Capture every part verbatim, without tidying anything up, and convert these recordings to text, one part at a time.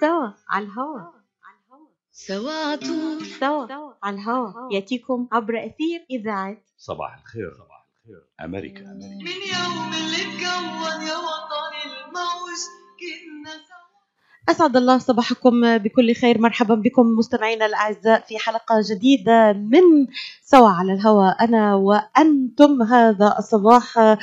سوا على الهوا سوا عطول سوا على الهوا يأتيكم عبر أثير إذاعة صباح الخير. صباح الخير أمريكا. أمريكا من يوم اللي اتكون يا وطن الموج كنا سوا. أسعد الله صباحكم بكل خير. مرحبا بكم مستمعينا الأعزاء في حلقة جديدة من سوا على الهواء. أنا وأنتم هذا الصباح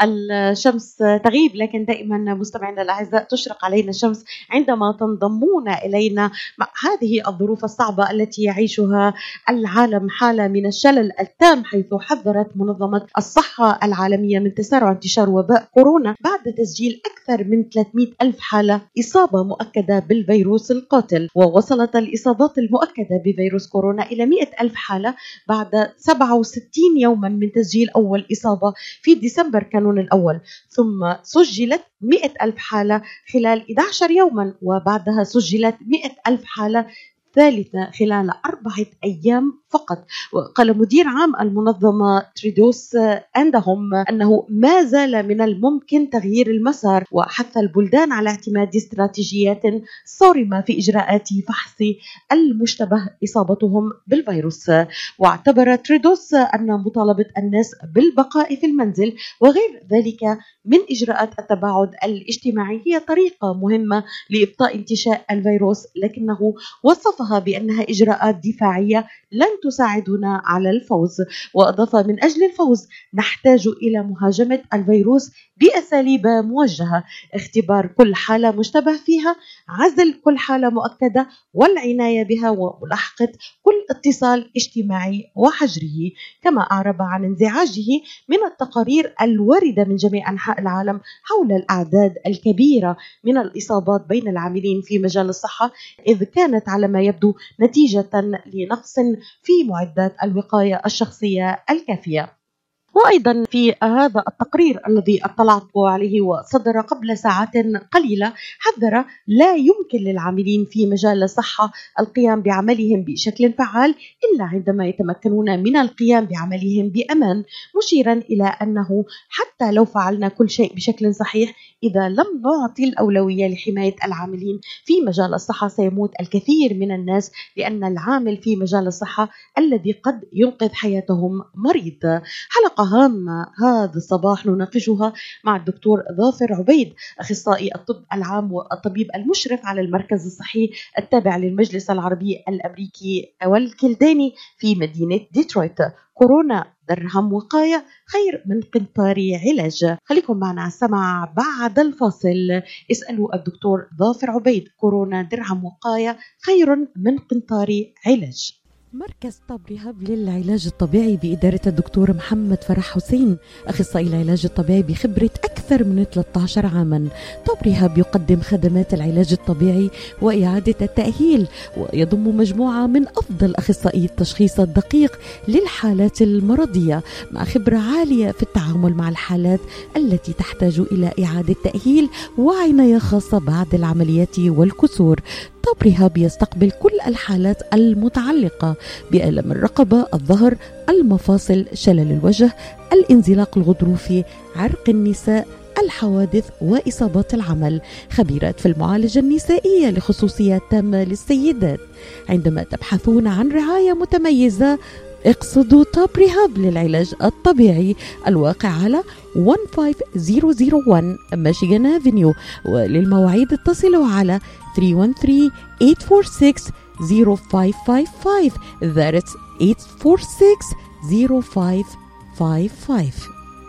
الشمس تغيب، لكن دائما مستمعينا الأعزاء تشرق علينا الشمس عندما تنضمون إلينا مع هذه الظروف الصعبة التي يعيشها العالم، حالة من الشلل التام، حيث حذرت منظمة الصحة العالمية من تسارع انتشار وباء كورونا بعد تسجيل أكثر من ثلاثمئة ألف حالة إصابة مؤكدة بالفيروس القاتل. ووصلت الإصابات المؤكدة بفيروس كورونا إلى مئة ألف حالة بعد سبعة وستين يوما من تسجيل أول إصابة في ديسمبر كانون الأول، ثم سجلت مئة ألف حالة خلال إحدى عشر يوما، وبعدها سجلت مئة ألف حالة ثالثة خلال أربعة أيام فقط. وقال مدير عام المنظمة تريدوس عندهم أنه ما زال من الممكن تغيير المسار، وحث البلدان على اعتماد استراتيجيات صارمة في إجراءات فحص المشتبه إصابتهم بالفيروس. واعتبر تريدوس أن مطالبة الناس بالبقاء في المنزل وغير ذلك من إجراءات التباعد الاجتماعي هي طريقة مهمة لإبطاء انتشار الفيروس، لكنه وصفها بأنها إجراءات دفاعية لن تساعدنا على الفوز. وأضاف: من أجل الفوز نحتاج إلى مهاجمة الفيروس بأساليب موجهة، اختبار كل حالة مشتبه فيها، عزل كل حالة مؤكدة والعناية بها، وملاحقة كل اتصال اجتماعي وحجره. كما أعرب عن انزعاجه من التقارير الواردة من جميع أنحاء العالم حول الأعداد الكبيرة من الإصابات بين العاملين في مجال الصحة، إذ كانت على ما يبدو نتيجة لنقص في معدات الوقاية الشخصية الكافية. وأيضا في هذا التقرير الذي اطلعت عليه وصدر قبل ساعات قليلة، حذر لا يمكن للعاملين في مجال الصحة القيام بعملهم بشكل فعال إلا عندما يتمكنون من القيام بعملهم بأمان، مشيرا إلى أنه حتى لو فعلنا كل شيء بشكل صحيح، إذا لم نعطي الأولوية لحماية العاملين في مجال الصحة سيموت الكثير من الناس، لأن العامل في مجال الصحة الذي قد ينقذ حياتهم مريض. حلقة هامة هذا الصباح نناقشها مع الدكتور ظافر عبيد، أخصائي الطب العام والطبيب المشرف على المركز الصحي التابع للمجلس العربي الأمريكي والكلداني في مدينة ديترويت. كورونا درهم وقاية خير من قنطار علاج. خليكم معنا على السمع بعد الفاصل. اسألوا الدكتور ظافر عبيد: كورونا درهم وقاية خير من قنطار علاج. مركز طب رهاب للعلاج الطبيعي بإدارة الدكتور محمد فرح حسين، أخصائي العلاج الطبيعي بخبرة أكثر من ثلاثة عشر عاما. طب رهاب يقدم خدمات العلاج الطبيعي وإعادة التأهيل، ويضم مجموعة من أفضل أخصائي التشخيص الدقيق للحالات المرضية، مع خبرة عالية في التعامل مع الحالات التي تحتاج إلى إعادة تأهيل وعناية خاصة بعد العمليات والكسور. طب رهاب يستقبل كل الحالات المتعلقة بألم الرقبة، الظهر، المفاصل، شلل الوجه، الانزلاق الغضروفي، عرق النساء، الحوادث وإصابات العمل. خبيرات في المعالجة النسائية لخصوصيات تامة للسيدات. عندما تبحثون عن رعاية متميزة اقصدوا طب رهاب للعلاج الطبيعي، الواقع على خمسة خمسة صفر صفر واحد ميشيغان افنيو. وللمواعيد اتصلوا على ثلاثة واحد ثلاثة ثمانية أربعة ستة صفر خمسة خمسة خمسة. That's ثمانية أربعة ستة صفر خمسة خمسة خمسة.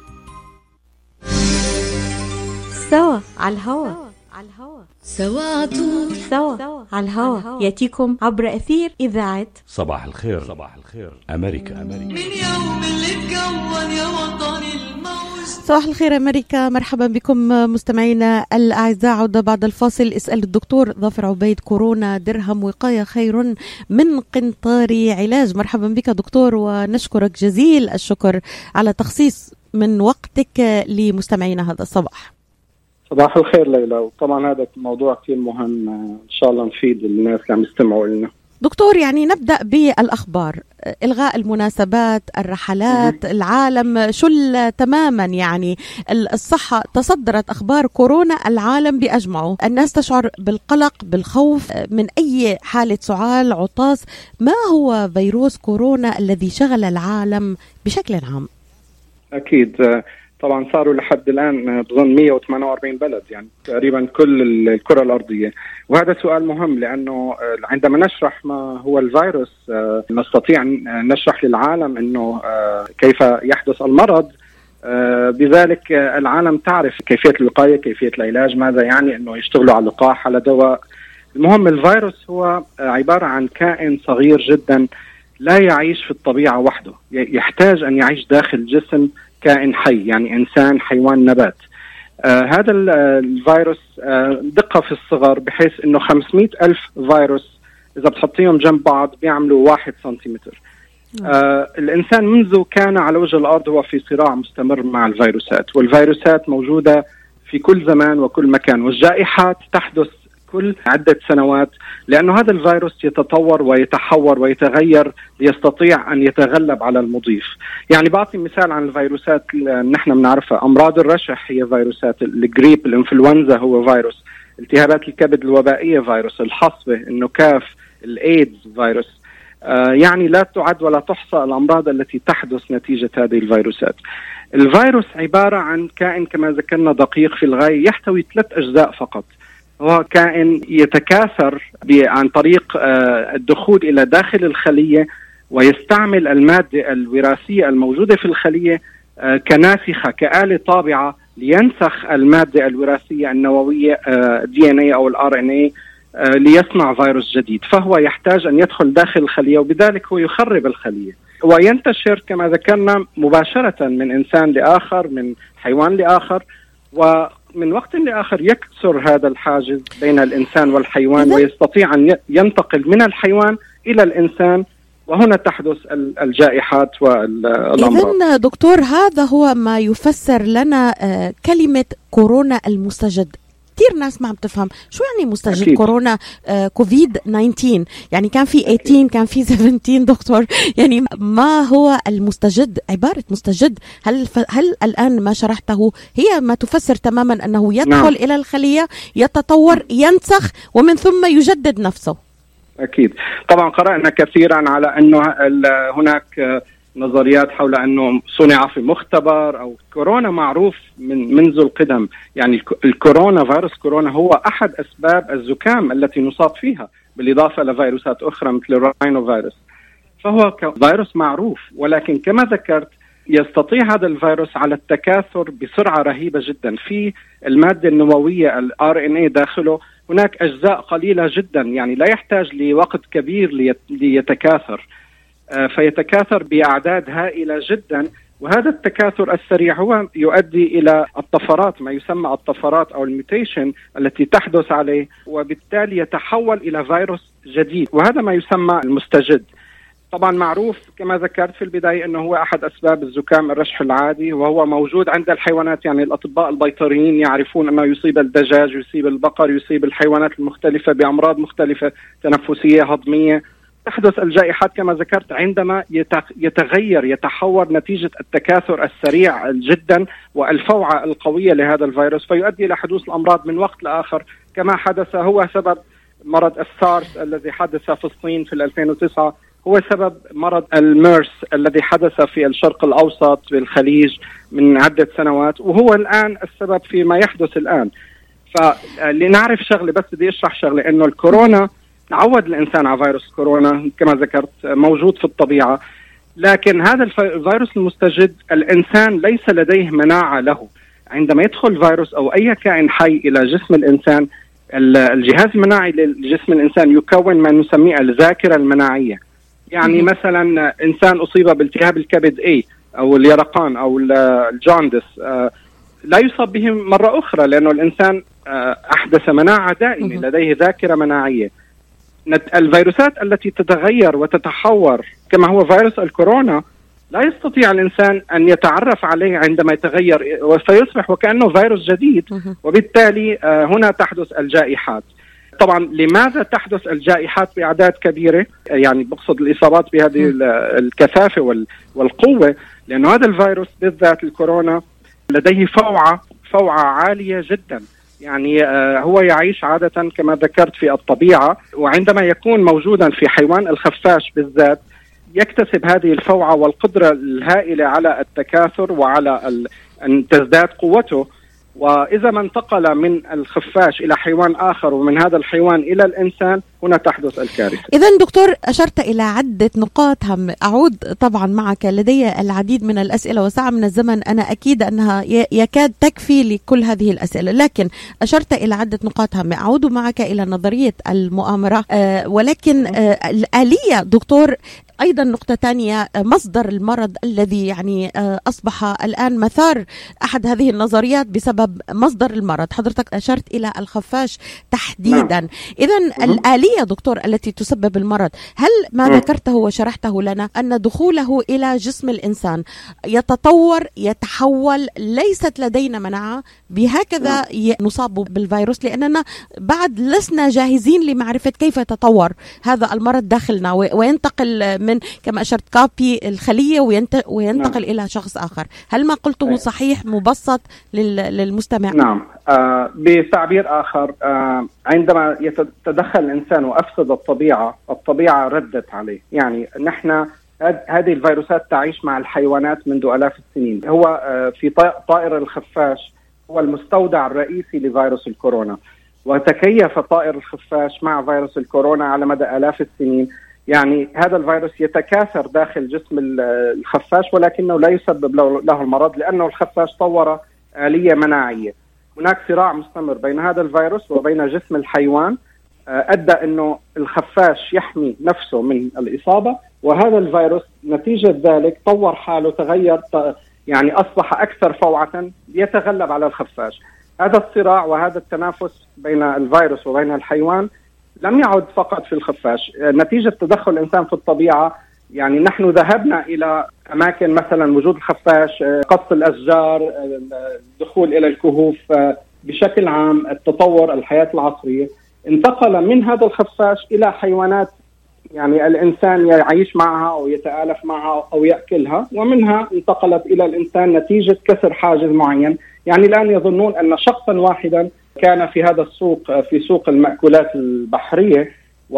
سوا على الهوا سوا عطول سوا على الهوا يأتيكم عبر أثير إذاعة صباح الخير. صباح الخير أمريكا. أمريكا من يوم اللي اتكون يا وطن الموج. صباح الخير أمريكا. مرحبا بكم مستمعينا الأعزاء. عودة بعد الفاصل. اسأل الدكتور ظافر عبيد: كورونا درهم وقاية خير من قنطار علاج. مرحبا بك دكتور، ونشكرك جزيل الشكر على تخصيص من وقتك لمستمعينا هذا الصباح. صباح الخير ليلى. وطبعا هذا الموضوع كثير مهم، ان شاء الله نفيد الناس اللي عم يستمعوا لنا. دكتور، يعني نبدأ بالأخبار. إلغاء المناسبات، الرحلات، العالم شل تماما، يعني الصحة تصدرت أخبار كورونا العالم بأجمعه. الناس تشعر بالقلق، بالخوف من أي حالة سعال، عطاس. ما هو فيروس كورونا الذي شغل العالم بشكل عام؟ أكيد طبعا صاروا لحد الآن بظن مئة وثمانية وأربعين بلد، يعني تقريبا كل الكرة الأرضية. وهذا سؤال مهم، لأنه عندما نشرح ما هو الفيروس نستطيع أن نشرح للعالم أنه كيف يحدث المرض، بذلك العالم تعرف كيفية الوقاية، كيفية العلاج، ماذا يعني أنه يشتغلوا على لقاح، على دواء. المهم الفيروس هو عبارة عن كائن صغير جدا لا يعيش في الطبيعة وحده، يحتاج أن يعيش داخل جسم كائن حي، يعني إنسان، حيوان، نبات. آه هذا الفيروس آه دقة في الصغر، بحيث أنه خمسمئة ألف فيروس إذا بتحطيهم جنب بعض بيعملوا واحد سنتيمتر. آه الإنسان منذ كان على وجه الأرض هو في صراع مستمر مع الفيروسات، والفيروسات موجودة في كل زمان وكل مكان، والجائحات تحدث كل عدة سنوات، لأنه هذا الفيروس يتطور ويتحور ويتغير ليستطيع أن يتغلب على المضيف. يعني بعطي مثال عن الفيروسات اللي نحن بنعرفها. أمراض الرشح هي فيروسات، الجريب، الإنفلونزا هو فيروس، التهابات الكبد الوبائية فيروس، الحصبة، النكاف، الإيدز فيروس. آه يعني لا تعد ولا تحصى الأمراض التي تحدث نتيجة هذه الفيروسات. الفيروس عبارة عن كائن كما ذكرنا دقيق في الغاية، يحتوي ثلاث أجزاء فقط. هو كائن يتكاثر عن طريق الدخول إلى داخل الخلية، ويستعمل المادة الوراثية الموجودة في الخلية كناسخة، كآلة طابعة لينسخ المادة الوراثية النووية دي إن إيه أو الآر إن إيه ليصنع فيروس جديد. فهو يحتاج أن يدخل داخل الخلية، وبذلك هو يخرب الخلية وينتشر كما ذكرنا مباشرة من إنسان لآخر، من حيوان لآخر، و من وقت لآخر يكسر هذا الحاجز بين الإنسان والحيوان، ويستطيع أن ينتقل من الحيوان إلى الإنسان، وهنا تحدث الجائحات والأمراض. إذن دكتور، هذا هو ما يفسر لنا كلمة كورونا المستجد. كثير ناس ما عم تفهم شو يعني مستجد. أكيد. كورونا آه كوفيد تسعة عشر، يعني كان في ثمانية عشر، كان في سبعة عشر دكتور. يعني ما هو المستجد؟ عبارة مستجد، هل ف... هل الآن ما شرحته هي ما تفسر تماما أنه يدخل نعم. إلى الخلية، يتطور، ينسخ، ومن ثم يجدد نفسه؟ أكيد طبعا قرأنا كثيرا على أنه هناك نظريات حول أنه صنع في مختبر، أو كورونا معروف من منذ القدم. يعني الكورونا، فيروس كورونا هو أحد أسباب الزكام التي نصاب فيها، بالإضافة لفيروسات أخرى مثل الراينو فيروس. فهو فيروس معروف، ولكن كما ذكرت يستطيع هذا الفيروس على التكاثر بسرعة رهيبة جدا. في المادة النووية ال آر إن إيه داخله هناك أجزاء قليلة جدا، يعني لا يحتاج لوقت كبير ليتكاثر، فيتكاثر بأعداد هائلة جدا. وهذا التكاثر السريع هو يؤدي إلى الطفرات، ما يسمى الطفرات أو الميوتيشن التي تحدث عليه، وبالتالي يتحول إلى فيروس جديد، وهذا ما يسمى المستجد. طبعا معروف كما ذكرت في البداية أنه هو أحد أسباب الزكام الرشح العادي، وهو موجود عند الحيوانات. يعني الأطباء البيطريين يعرفون أنه يصيب الدجاج، يصيب البقر، يصيب الحيوانات المختلفة بأمراض مختلفة تنفسية، هضمية. تحدث الجائحات كما ذكرت عندما يتغير، يتحور نتيجة التكاثر السريع جدا والفوعة القوية لهذا الفيروس، فيؤدي إلى حدوث الأمراض من وقت لآخر، كما حدث هو سبب مرض السارس الذي حدث في الصين في ألفين وتسعة، هو سبب مرض الميرس الذي حدث في الشرق الأوسط بالخليج من عدة سنوات، وهو الآن السبب فيما يحدث الآن. فلنعرف شغلة، بس بدي أشرح شغلة، إنه الكورونا تعود الإنسان على فيروس كورونا كما ذكرت، موجود في الطبيعة، لكن هذا الفيروس المستجد الإنسان ليس لديه مناعة له. عندما يدخل فيروس أو أي كائن حي إلى جسم الإنسان، الجهاز المناعي لجسم الإنسان يكون ما نسميه الذاكرة المناعية. يعني مثلا إنسان أصيب بالتهاب الكبد A أو اليرقان أو الجاندس لا يصاب به مرة أخرى، لأنه الإنسان أحدث مناعة دائمة، لديه ذاكرة مناعية. الفيروسات التي تتغير وتتحور كما هو فيروس الكورونا لا يستطيع الإنسان أن يتعرف عليه عندما يتغير، فيصبح وكأنه فيروس جديد، وبالتالي هنا تحدث الجائحات. طبعا لماذا تحدث الجائحات بأعداد كبيرة؟ يعني بقصد الإصابات بهذه الكثافة والقوة، لأنه هذا الفيروس بالذات الكورونا لديه فوعة فوعة عالية جدا. يعني هو يعيش عادة كما ذكرت في الطبيعة، وعندما يكون موجودا في حيوان الخفاش بالذات يكتسب هذه الفوعة والقدرة الهائلة على التكاثر وعلى أن تزداد قوته. وإذا ما انتقل من الخفاش إلى حيوان آخر ومن هذا الحيوان إلى الإنسان هنا تحدث الكارثة. إذن دكتور أشرت إلى عدة نقاط هم أعود طبعا معك، لدي العديد من الأسئلة وساعة من الزمن أنا أكيد أنها يكاد تكفي لكل هذه الأسئلة، لكن أشرت إلى عدة نقاط هم أعود معك إلى نظرية المؤامرة، أه ولكن أه الآلية دكتور أيضا نقطة ثانية، مصدر المرض الذي يعني أصبح الآن مثار أحد هذه النظريات بسبب مصدر المرض. حضرتك أشرت إلى الخفاش تحديدا. نعم. إذن الآلية دكتور التي تسبب المرض، هل ما ذكرته وشرحته لنا أن دخوله إلى جسم الإنسان يتطور يتحول، ليست لدينا مناعة بهكذا نصاب بالفيروس، لأننا بعد لسنا جاهزين لمعرفة كيف يتطور هذا المرض داخلنا وينتقل من كما أشرت كابي الخلية وينتقل نعم. إلى شخص آخر. هل ما قلته أيه. صحيح مبسط للمستمع؟ نعم. آه بتعبير آخر، آه عندما يتدخل الإنسان وأفسد الطبيعة، الطبيعة ردت عليه. يعني نحن هذه الفيروسات تعيش مع الحيوانات منذ آلاف السنين. هو آه في طائر الخفاش هو المستودع الرئيسي لفيروس الكورونا، وتكيف طائر الخفاش مع فيروس الكورونا على مدى آلاف السنين. يعني هذا الفيروس يتكاثر داخل جسم الخفاش ولكنه لا يسبب له المرض، لأنه الخفاش طور آلية مناعية. هناك صراع مستمر بين هذا الفيروس وبين جسم الحيوان أدى أنه الخفاش يحمي نفسه من الإصابة، وهذا الفيروس نتيجة ذلك طور حاله، تغير، يعني أصبح أكثر فوعة يتغلب على الخفاش. هذا الصراع وهذا التنافس بين الفيروس وبين الحيوان لم يعد فقط في الخفاش، نتيجة تدخل الإنسان في الطبيعة. يعني نحن ذهبنا إلى أماكن مثلا وجود الخفاش، قص الأشجار، الدخول إلى الكهوف، بشكل عام التطور الحياة العصرية انتقل من هذا الخفاش إلى حيوانات يعني الإنسان يعيش معها أو يتآلف معها أو يأكلها، ومنها انتقلت إلى الإنسان نتيجة كسر حاجز معين. يعني الآن يظنون أن شخصا واحدا كان في هذا السوق، في سوق المأكولات البحرية،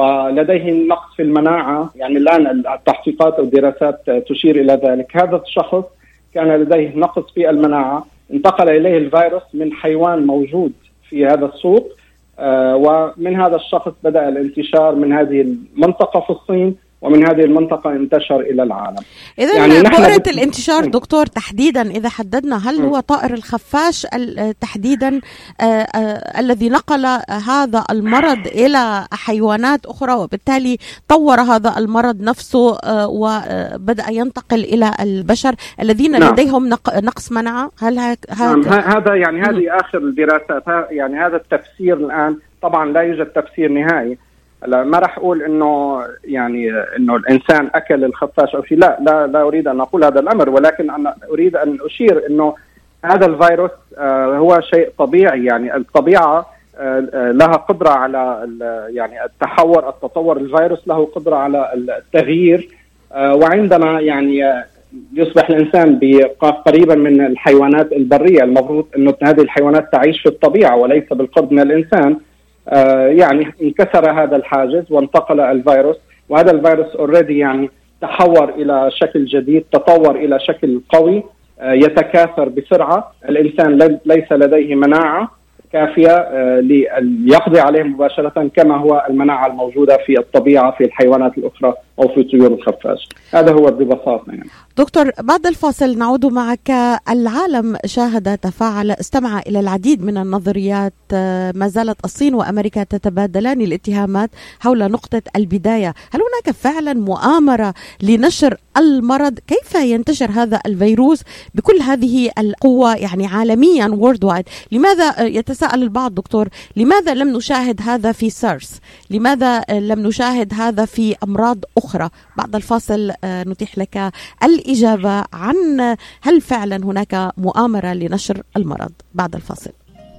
ولديه نقص في المناعة. يعني الآن التحقيقات أو الدراسات تشير إلى ذلك. هذا الشخص كان لديه نقص في المناعة، انتقل إليه الفيروس من حيوان موجود في هذا السوق، آه ومن هذا الشخص بدأ الانتشار من هذه المنطقة في الصين، ومن هذه المنطقة انتشر إلى العالم. إذا يعني بؤرة بت... الانتشار دكتور تحديدا إذا حددنا، هل م. هو طائر الخفاش تحديدا آه آه الذي نقل هذا المرض إلى حيوانات أخرى، وبالتالي طور هذا المرض نفسه آه وبدأ ينتقل إلى البشر الذين نعم. لديهم نق... نقص مناعة؟ هل ه... نعم. هذا يعني هذه آخر الدراسات. يعني هذا التفسير الآن طبعا لا يوجد تفسير نهائي. لا ما راح اقول انه يعني انه الانسان اكل الخفاش او شيء، لا لا لا اريد ان اقول هذا الامر، ولكن انا اريد ان اشير انه هذا الفيروس آه هو شيء طبيعي. يعني الطبيعه آه لها قدره على يعني التحور، التطور. الفيروس له قدره على التغيير، آه وعندما يعني يصبح الانسان قريبا من الحيوانات البريه، المفروض انه هذه الحيوانات تعيش في الطبيعه وليس بالقرب من الانسان، آه يعني انكسر هذا الحاجز وانتقل الفيروس. وهذا الفيروس اوريدي يعني تحور الى شكل جديد، تطور الى شكل قوي، آه يتكاثر بسرعه. الانسان ليس لديه مناعه كافيه آه ليقضي عليه مباشره كما هو المناعه الموجوده في الطبيعه في الحيوانات الاخرى او في طيور الخفاش. هذا هو ببساطه. يعني دكتور بعد الفاصل نعود معك. العالم شاهد تفاعل، استمع إلى العديد من النظريات. ما زالت الصين وأمريكا تتبادلان الاتهامات حول نقطة البداية. هل هناك فعلا مؤامرة لنشر المرض؟ كيف ينتشر هذا الفيروس بكل هذه القوة يعني عالميا worldwide؟ لماذا يتساءل البعض دكتور، لماذا لم نشاهد هذا في سارس؟ لماذا لم نشاهد هذا في أمراض أخرى؟ بعد الفاصل نتيح لك الإجابة عن هل فعلا هناك مؤامرة لنشر المرض. بعد الفاصل.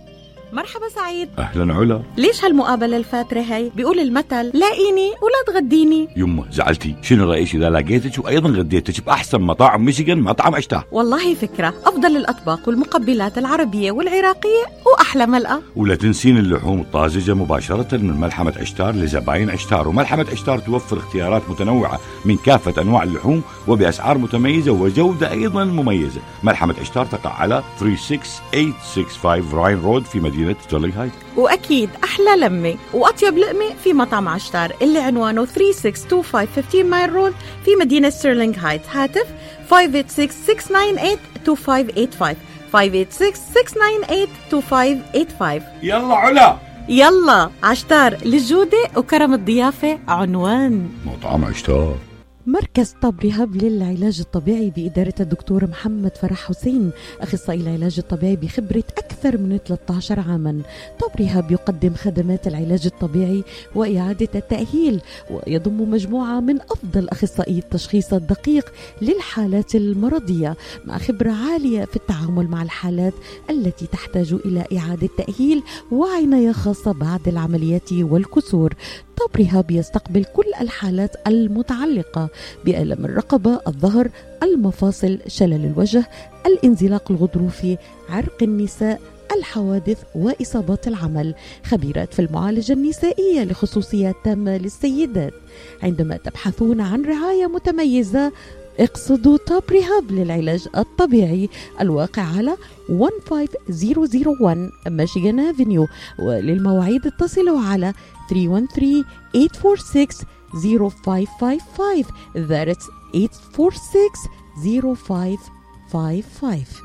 مرحبا سعيد. اهلا علا. ليش هالمقابله الفاتره هي؟ بيقول المثل لاقيني ولا تغديني. يمه زعلتي، شنو رايك اذا لقيتك وايضا غديتك باحسن مطاعم ميشيغان، مطعم عشتار؟ والله فكره، افضل الاطباق والمقبلات العربيه والعراقيه واحلى ملقا. ولا تنسين اللحوم الطازجه مباشره من ملحمه عشتار لزباين عشتار. وملحمه عشتار توفر اختيارات متنوعه من كافه انواع اللحوم وباسعار متميزه وجوده ايضا مميزه. ملحمه عشتار تقع على ثلاثة ستة ثمانية ستة خمسة راين رود في مدينه ستيرلينغ هايت. واكيد احلى لمه واطيب لقمه في مطعم عشتار اللي عنوانه ثلاثة ستة اثنين خمسة خمسة عشر مايل رود في مدينه ستيرلينغ هايت. هاتف خمسة ثمانية ستة ستة تسعة تسعة ثمانية اثنين خمسة ثمانية خمسة ستة ستة تسعة تسعة اثنين خمسة ثمانية خمسة. يلا علا يلا عشتار للجوده وكرم الضيافه. عنوان مطعم عشتار. مركز طب رهاب للعلاج الطبيعي بإدارة الدكتور محمد فرح حسين، أخصائي العلاج الطبيعي بخبرة أكثر من ثلاثة عشر عاما. طب رهاب يقدم خدمات العلاج الطبيعي وإعادة التأهيل، ويضم مجموعة من أفضل أخصائي التشخيص الدقيق للحالات المرضية، مع خبرة عالية في التعامل مع الحالات التي تحتاج إلى إعادة تأهيل وعناية خاصة بعد العمليات والكسور. طب رهاب يستقبل كل الحالات المتعلقة بألم الرقبة، الظهر، المفاصل، شلل الوجه، الانزلاق الغضروفي، عرق النساء، الحوادث وإصابات العمل. خبيرات في المعالجة النسائية لخصوصيات تامة للسيدات. عندما تبحثون عن رعاية متميزة اقصدوا طب رهاب للعلاج الطبيعي، الواقع على خمسة خمسة صفر صفر واحد ميشيغان افنيو. وللمواعيد اتصلوا على ثلاثة واحد ثلاثة ثمانية أربعة ستة صفر خمسة خمسة خمسة. That's ثمانية أربعة ستة صفر خمسة خمسة خمسة.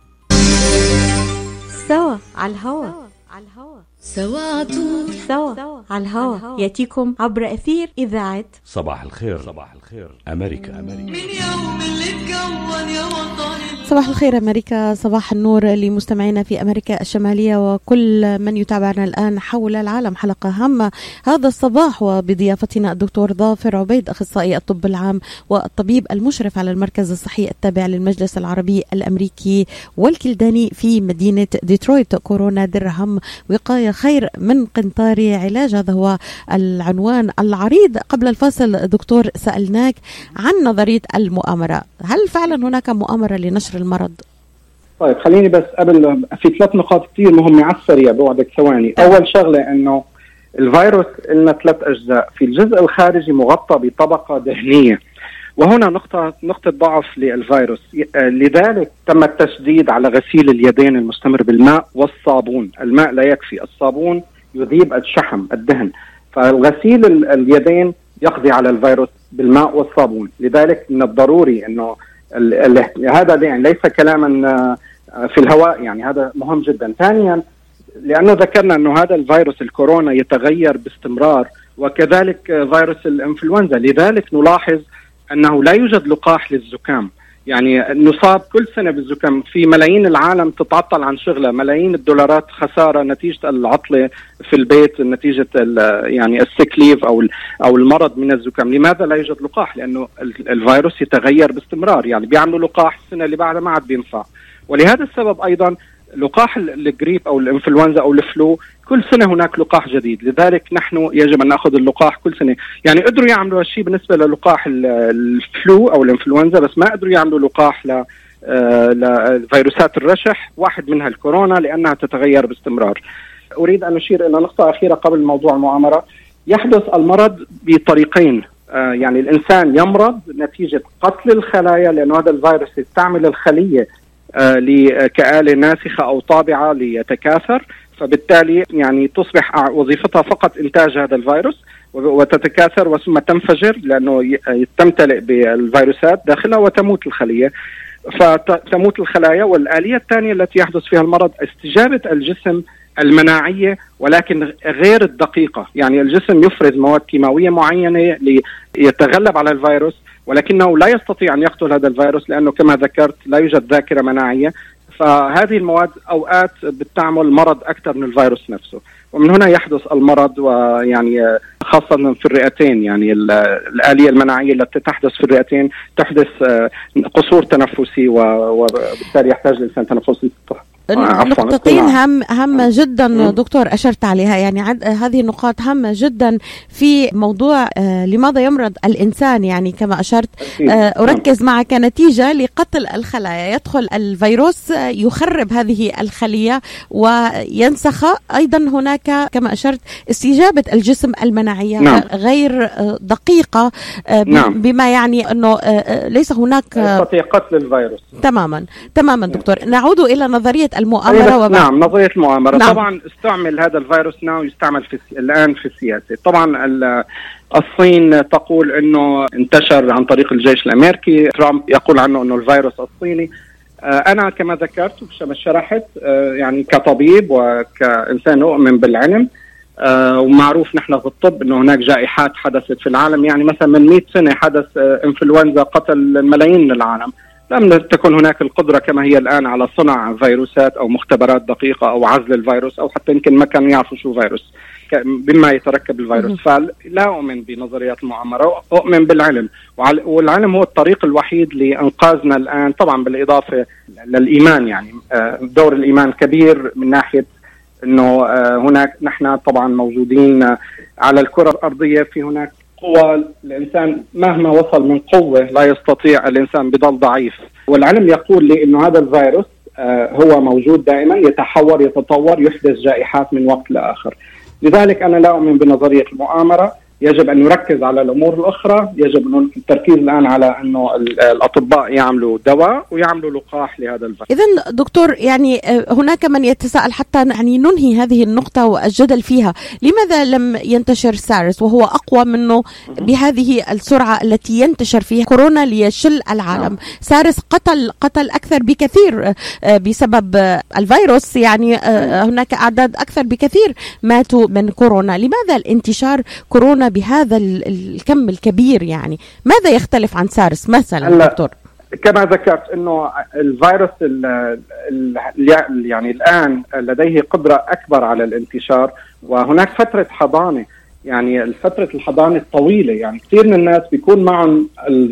سوا على الهوا على الهوا سوا عطول سوا على الهوا ياتيكم عبر أثير إذاعة صباح الخير. صباح الخير أمريكا. أمريكا من يوم اللي اتكون يا وطني. صباح الخير أمريكا، صباح النور لمستمعينا في أمريكا الشمالية وكل من يتابعنا الآن حول العالم. حلقة هامة هذا الصباح وبضيافتنا الدكتور ظافر عبيد، أخصائي الطب العام والطبيب المشرف على المركز الصحي التابع للمجلس العربي الأمريكي والكلداني في مدينة ديترويت. كورونا درهم وقاية خير من قنطار علاج، هذا هو العنوان العريض. قبل الفاصل دكتور سألناك عن نظرية المؤامرة، هل فعلا هناك مؤامرة لنشر المرض؟ طيب خليني بس قبل في ثلاث نقاط كثير مهمة على السريع بوعدك ثواني. أول شغلة إنه الفيروس لنا ثلاث أجزاء، في الجزء الخارجي مغطى بطبقة دهنية، وهنا نقطة نقطة ضعف للفيروس، لذلك تم التشديد على غسيل اليدين المستمر بالماء والصابون. الماء لا يكفي، الصابون يذيب الشحم الدهن، فالغسيل اليدين يقضي على الفيروس بالماء والصابون. لذلك من الضروري انه ال ال هذا يعني ليس كلاما في الهواء، يعني هذا مهم جدا. ثانيا لانه ذكرنا انه هذا الفيروس الكورونا يتغير باستمرار، وكذلك فيروس الانفلونزا، لذلك نلاحظ أنه لا يوجد لقاح للزكام. يعني نصاب كل سنة بالزكام، في ملايين العالم تتعطل عن شغلة، ملايين الدولارات خسارة نتيجة العطلة في البيت، نتيجة يعني السيكليف أو أو المرض من الزكام. لماذا لا يوجد لقاح؟ لأنه الفيروس يتغير باستمرار، يعني بيعملوا لقاح السنة اللي بعدها ما عاد بينفع. ولهذا السبب أيضا لقاح الجريب أو الإنفلونزا أو الفلو كل سنة هناك لقاح جديد، لذلك نحن يجب أن نأخذ اللقاح كل سنة. يعني قدروا يعملوا هالشيء بالنسبة للقاح الفلو أو الإنفلونزا، بس ما قدروا يعملوا لقاح ل لفيروسات الرشح، واحد منها الكورونا، لأنها تتغير باستمرار. أريد أن أشير إلى نقطة أخيرة قبل موضوع المؤامرة. يحدث المرض بطريقين، يعني الإنسان يمرض نتيجة قتل الخلايا، لأن هذا الفيروس يستعمل الخلية كآلة ناسخة أو طابعة ليتكاثر، فبالتالي يعني تصبح وظيفتها فقط إنتاج هذا الفيروس وتتكاثر وثم تنفجر، لأنه تمتلئ بالفيروسات داخلها وتموت الخلية، فتموت الخلايا. والآلية الثانية التي يحدث فيها المرض استجابة الجسم المناعية، ولكن غير الدقيقة. يعني الجسم يفرز مواد كيماوية معينة ليتغلب على الفيروس، ولكنه لا يستطيع أن يقتل هذا الفيروس، لأنه كما ذكرت لا يوجد ذاكرة مناعية. فهذه المواد أوقات بتعمل مرض أكثر من الفيروس نفسه، ومن هنا يحدث المرض، ويعني خاصة في الرئتين. يعني الآلية المناعية التي تحدث في الرئتين تحدث قصور تنفسي، وبالتالي يحتاج الإنسان تنفسي. نقطتين هام هامة جدا دكتور أشرت عليها، يعني عد هذه النقاط هامة جدا في موضوع آه لماذا يمرض الإنسان. يعني كما أشرت آه أركز معك نتيجة لقتل الخلايا، يدخل الفيروس آه يخرب هذه الخلية وينسخ. أيضا هناك كما أشرت استجابة الجسم المناعية نعم. غير آه دقيقة آه نعم. بما يعني أنه آه ليس هناك يستطيع قتل الفيروس. تماما تماما دكتور. نعود إلى نظرية المؤامرة وبعد. نعم نظرية المؤامرة نعم. طبعا استعمل هذا الفيروس ناو يستعمل في الآن في السياسة. طبعا الصين تقول انه انتشر عن طريق الجيش الامريكي، ترامب يقول عنه انه الفيروس الصيني. انا كما ذكرت وكما شرحت يعني كطبيب وكإنسان اؤمن بالعلم ومعروف نحن في الطب انه هناك جائحات حدثت في العالم. يعني مثلا من مئة سنة حدث انفلونزا قتل ملايين من العالم. لم تكن هناك القدرة كما هي الآن على صنع فيروسات أو مختبرات دقيقة أو عزل الفيروس، أو حتى يمكن ما كانوا يعرفوا شو فيروس بما يتركب الفيروس. فلا أؤمن بنظريات المؤامرة، أؤمن بالعلم، والعلم هو الطريق الوحيد لإنقاذنا الآن، طبعا بالإضافة للإيمان. يعني دور الإيمان كبير من ناحية أنه هناك نحن طبعا موجودين على الكرة الأرضية، في هناك قوة. الإنسان مهما وصل من قوة لا يستطيع الإنسان بضل ضعيف، والعلم يقول لي إنه هذا الفيروس هو موجود دائما، يتحور يتطور يحدث جائحات من وقت لآخر. لذلك أنا لا أؤمن بنظرية المؤامرة. يجب أن نركز على الأمور الأخرى. يجب التركيز الآن على أنه الأطباء يعملوا دواء ويعملوا لقاح لهذا الفيروس. إذن دكتور، يعني هناك من يتساءل حتى يعني ننهي هذه النقطة والجدل فيها، لماذا لم ينتشر سارس وهو أقوى منه بهذه السرعة التي ينتشر فيها كورونا ليشل العالم؟ سارس قتل قتل أكثر بكثير بسبب الفيروس، يعني هناك أعداد أكثر بكثير ماتوا من كورونا. لماذا الانتشار كورونا بهذا الكم الكبير؟ يعني ماذا يختلف عن سارس مثلا دكتور؟ كما ذكرت انه الفيروس ال ال يعني الان لديه قدرة اكبر على الانتشار، وهناك فترة حضانة. يعني الفترة الحضانة الطويلة، يعني كثير من الناس بيكون معهم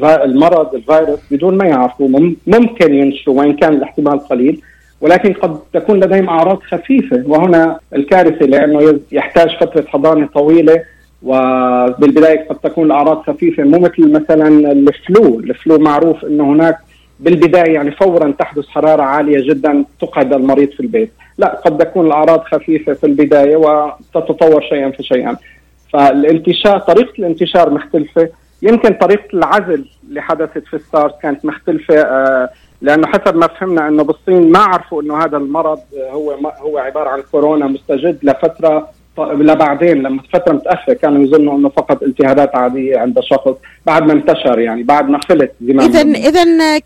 المرض الفيروس بدون ما يعرفوا، ممكن ينشروا وإن كان الاحتمال قليل، ولكن قد تكون لديهم أعراض خفيفة. وهنا الكارثة لأنه يحتاج فترة حضانة طويلة، وبالبداية قد تكون الأعراض خفيفة، مو مثل مثلا الفلو. الفلو معروف أنه هناك بالبداية يعني فورا تحدث حرارة عالية جدا تقعد المريض في البيت. لا، قد تكون الأعراض خفيفة في البداية وتتطور شيئا فشيئا. فالانتشار، طريقة الانتشار مختلفة. يمكن طريقة العزل اللي حدثت في السارس كانت مختلفة، آه لأنه حسب ما فهمنا أنه بالصين ما عرفوا أنه هذا المرض هو هو عبارة عن كورونا مستجد لفترة، لبعدين لما فترة متأخرة كانوا يظنوا أنه فقط التهابات عادية عند شخص بعد ما انتشر، يعني بعد ما خلت. إذن إذن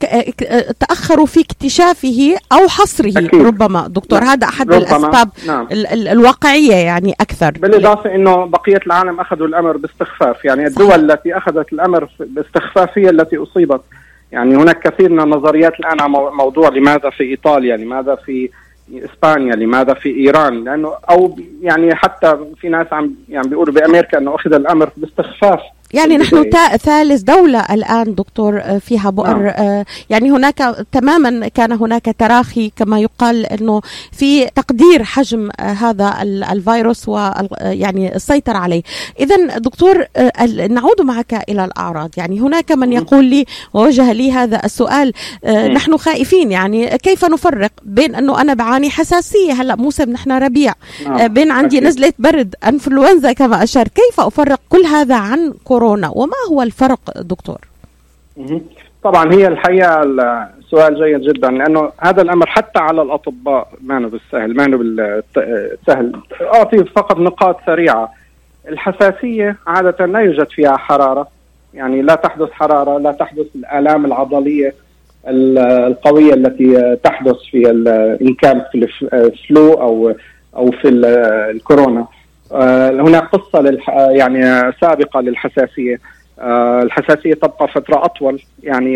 تأخروا في اكتشافه أو حصره أكيد. ربما دكتور نعم. هذا أحد ربما. الأسباب نعم. ال ال الواقعية يعني أكثر. بالإضافة أنه بقية العالم أخذوا الأمر باستخفاف. يعني الدول صحيح. التي أخذت الأمر باستخفاف هي التي أصيبت. يعني هناك كثير من النظريات الآن عن موضوع لماذا في إيطاليا، لماذا في إسبانيا، لماذا في إيران، لأنه أو يعني حتى في ناس عم يعني بيقولوا بأمريكا أنه أخذ الأمر باستخفاف. يعني نحن ثالث دولة الآن دكتور فيها بؤر. آه. يعني هناك تماما كان هناك تراخي كما يقال أنه في تقدير حجم آه هذا الفيروس ويعني السيطرة عليه. إذن دكتور آه نعود معك إلى الأعراض. يعني هناك من يقول لي ووجه لي هذا السؤال، آه نحن خائفين، يعني كيف نفرق بين أنه أنا بعاني حساسية هلأ موسم نحن ربيع، آه بين عندي نزلة برد انفلونزا كما أشار، كيف أفرق كل هذا عن كورونا؟ وما هو الفرق دكتور؟ طبعا هي الحقيقة سؤال جيد جدا، لأنه هذا الأمر حتى على الأطباء ما نو بالسهل ما نو بالسهل. أعطي فقط نقاط سريعة. الحساسية عادة لا يوجد فيها حرارة، يعني لا تحدث حرارة، لا تحدث الآلام العضلية القوية التي تحدث في إن كان في الفلو أو أو في الكورونا. هناك قصة للح... يعني سابقة للحساسية. الحساسية تبقى فترة أطول، يعني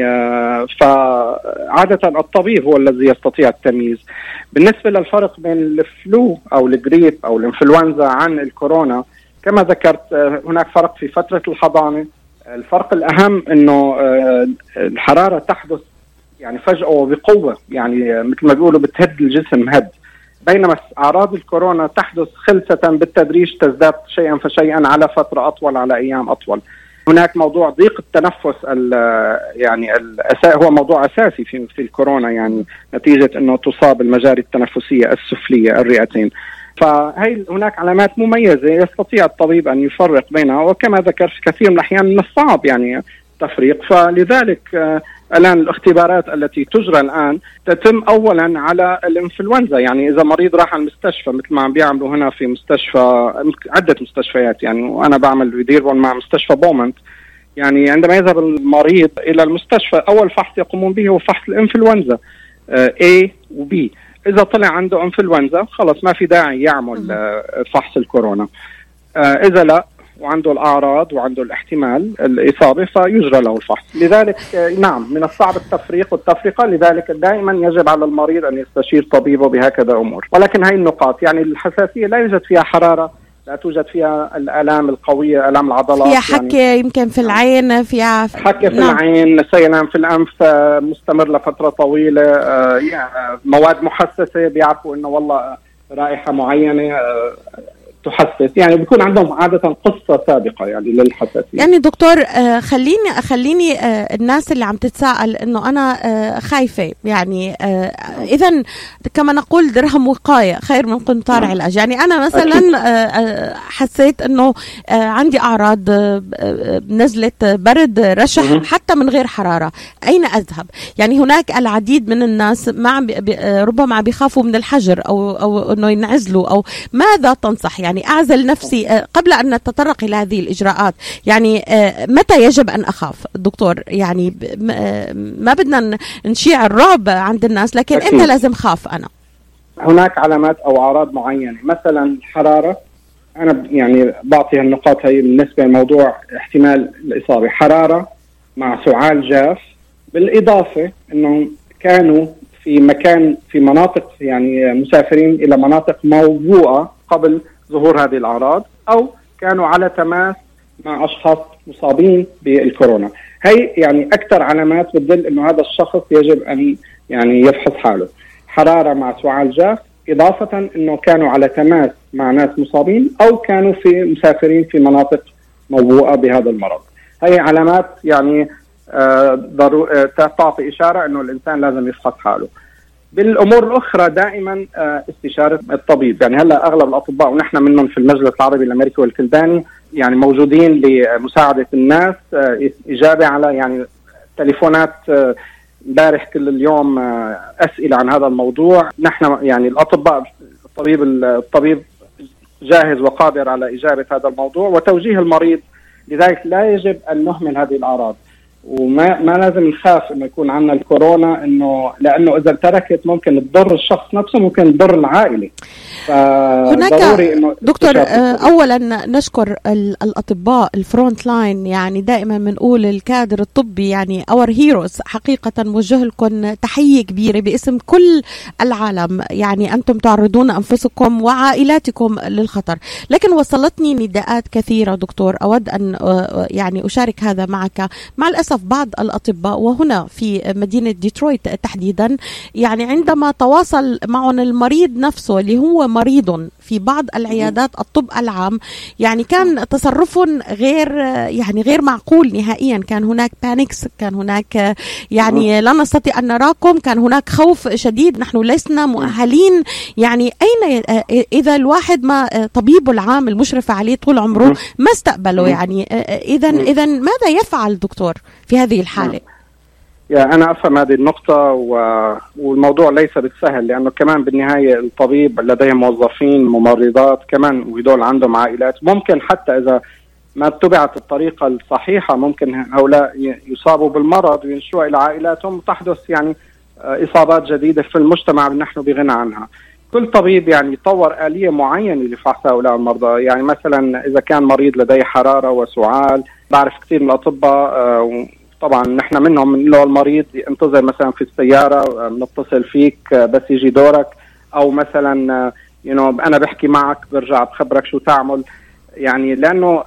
فعادة الطبيب هو الذي يستطيع التمييز. بالنسبة للفرق بين الفلو أو الجريب أو الانفلونزا عن الكورونا، كما ذكرت هناك فرق في فترة الحضانة. الفرق الأهم أنه الحرارة تحدث يعني فجأة وبقوة، يعني مثل ما بيقولوا بتهد الجسم هد، بينما أعراض الكورونا تحدث خلسة بالتدريج، تزداد شيئا فشيئا على فترة أطول، على أيام أطول. هناك موضوع ضيق التنفس يعني هو موضوع أساسي في في الكورونا، يعني نتيجة أنه تصاب المجاري التنفسية السفلية الرئتين. فهي هناك علامات مميزة يستطيع الطبيب أن يفرق بينها، وكما ذكرت كثير من الأحيان من الصعب يعني تفريق. فلذلك الآن الاختبارات التي تجرى الآن تتم أولا على الإنفلونزا. يعني إذا مريض راح على المستشفى مثل ما عم بيعملوا هنا في مستشفى، عدة مستشفيات يعني، وأنا بعمل بدير مع مستشفى بومنت، يعني عندما يذهب المريض إلى المستشفى أول فحص يقومون به هو فحص الإنفلونزا A و B. إذا طلع عنده إنفلونزا خلاص ما في داعي يعمل فحص الكورونا. إذا لا وعنده الأعراض وعنده الاحتمال الإصابة فيجرى له الفحص. لذلك نعم من الصعب التفريق والتفرقة، لذلك دائما يجب على المريض أن يستشير طبيبه بهكذا أمور. ولكن هاي النقاط، يعني الحساسية لا يوجد فيها حرارة، لا توجد فيها الآلام القوية، آلام العضلات، فيها حكة يعني يمكن في العين، فيها حكة في نعم. العين، سيلان في الأنف مستمر لفترة طويلة، مواد محسسة بيعرفوا إنه والله رائحة معينة تحسس، يعني بيكون عندهم عادة قصة سابقة يعني للحساسية. يعني دكتور آه خليني خليني آه الناس اللي عم تتساءل انه انا آه خايفة، يعني آه اذا كما نقول درهم وقاية خير من قنطار علاج. يعني انا مثلا آه حسيت انه آه عندي اعراض آه نزلت برد رشح حتى من غير حرارة، اين اذهب؟ يعني هناك العديد من الناس ما ربما بيخافوا من الحجر او او انه ينعزلوا، او ماذا تنصح؟ يعني أعزل نفسي قبل أن نتطرق إلى هذه الإجراءات. يعني متى يجب أن أخاف دكتور؟ يعني ما بدنا نشيع الرعب عند الناس، لكن أكيد. إمتى لازم خاف أنا؟ هناك علامات أو أعراض معينة، مثلا الحرارة، أنا يعني بعطي النقاط هي بالنسبة لموضوع احتمال الإصابة. حرارة مع سعال جاف، بالإضافة أنهم كانوا في مكان في مناطق يعني مسافرين إلى مناطق موبوءة قبل ظهور هذه الأعراض، أو كانوا على تماس مع أشخاص مصابين بالكورونا. هي يعني أكثر علامات بتدل إنه هذا الشخص يجب أن يعني يفحص حاله. حرارة مع سعال جاف، إضافة إنه كانوا على تماس مع ناس مصابين أو كانوا في مسافرين في مناطق موبوءة بهذا المرض. هي علامات يعني آه ضرو... آه تعطي إشارة إنه الإنسان لازم يفحص حاله. بالأمور الأخرى دائما استشارة الطبيب. يعني هلا أغلب الأطباء ونحن منهم في المجلس العربي الأمريكي والكلداني يعني موجودين لمساعدة الناس، إجابة على يعني تليفونات امبارح كل اليوم أسئلة عن هذا الموضوع. نحن يعني الأطباء الطبيب الطبيب جاهز وقادر على إجابة هذا الموضوع وتوجيه المريض. لذلك لا يجب أن نهمل هذه الأعراض، وما ما لازم نخاف انه يكون عندنا الكورونا، انه لانه اذا تركت ممكن تضر الشخص نفسه، ممكن تضر العائله. هناك دكتور اولا نشكر الاطباء الفرونت لاين، يعني دائما بنقول الكادر الطبي يعني اور هيروز، حقيقه نوجه لكم تحيه كبيره باسم كل العالم. يعني انتم تعرضون انفسكم وعائلاتكم للخطر، لكن وصلتني نداءات كثيره دكتور، اود ان يعني اشارك هذا معك. مع الاسف بعض الأطباء وهنا في مدينة ديترويت تحديدا، يعني عندما تواصل معهم المريض نفسه اللي هو مريض في بعض العيادات الطب العام، يعني كان تصرفهم غير يعني غير معقول نهائيا. كان هناك بانيكس، كان هناك يعني لا نستطيع أن نراكم، كان هناك خوف شديد، نحن لسنا مؤهلين. يعني أين إذا الواحد ما طبيبه العام المشرف عليه طول عمره ما استقبله؟ يعني إذا إذا ماذا يفعل دكتور في هذه الحالة؟ يعني أنا أفهم هذه النقطة، والموضوع ليس بالسهل، لأنه كمان بالنهاية الطبيب لديه موظفين ممرضات كمان، وهدول عندهم عائلات. ممكن حتى إذا ما اتبعت الطريقة الصحيحة ممكن هؤلاء يصابوا بالمرض وينشوا إلى عائلاتهم، وتحدث يعني إصابات جديدة في المجتمع نحن بغنى عنها. كل طبيب يعني يطور آلية معينة لفحص هؤلاء المرضى. يعني مثلا إذا كان مريض لديه حرارة وسعال، بعرف كثير من الأطباء طبعا نحن منهم من له المريض انتظر مثلا في السيارة، نتصل فيك بس يجي دورك، أو مثلا you know أنا بحكي معك برجع بخبرك شو تعمل. يعني لأنه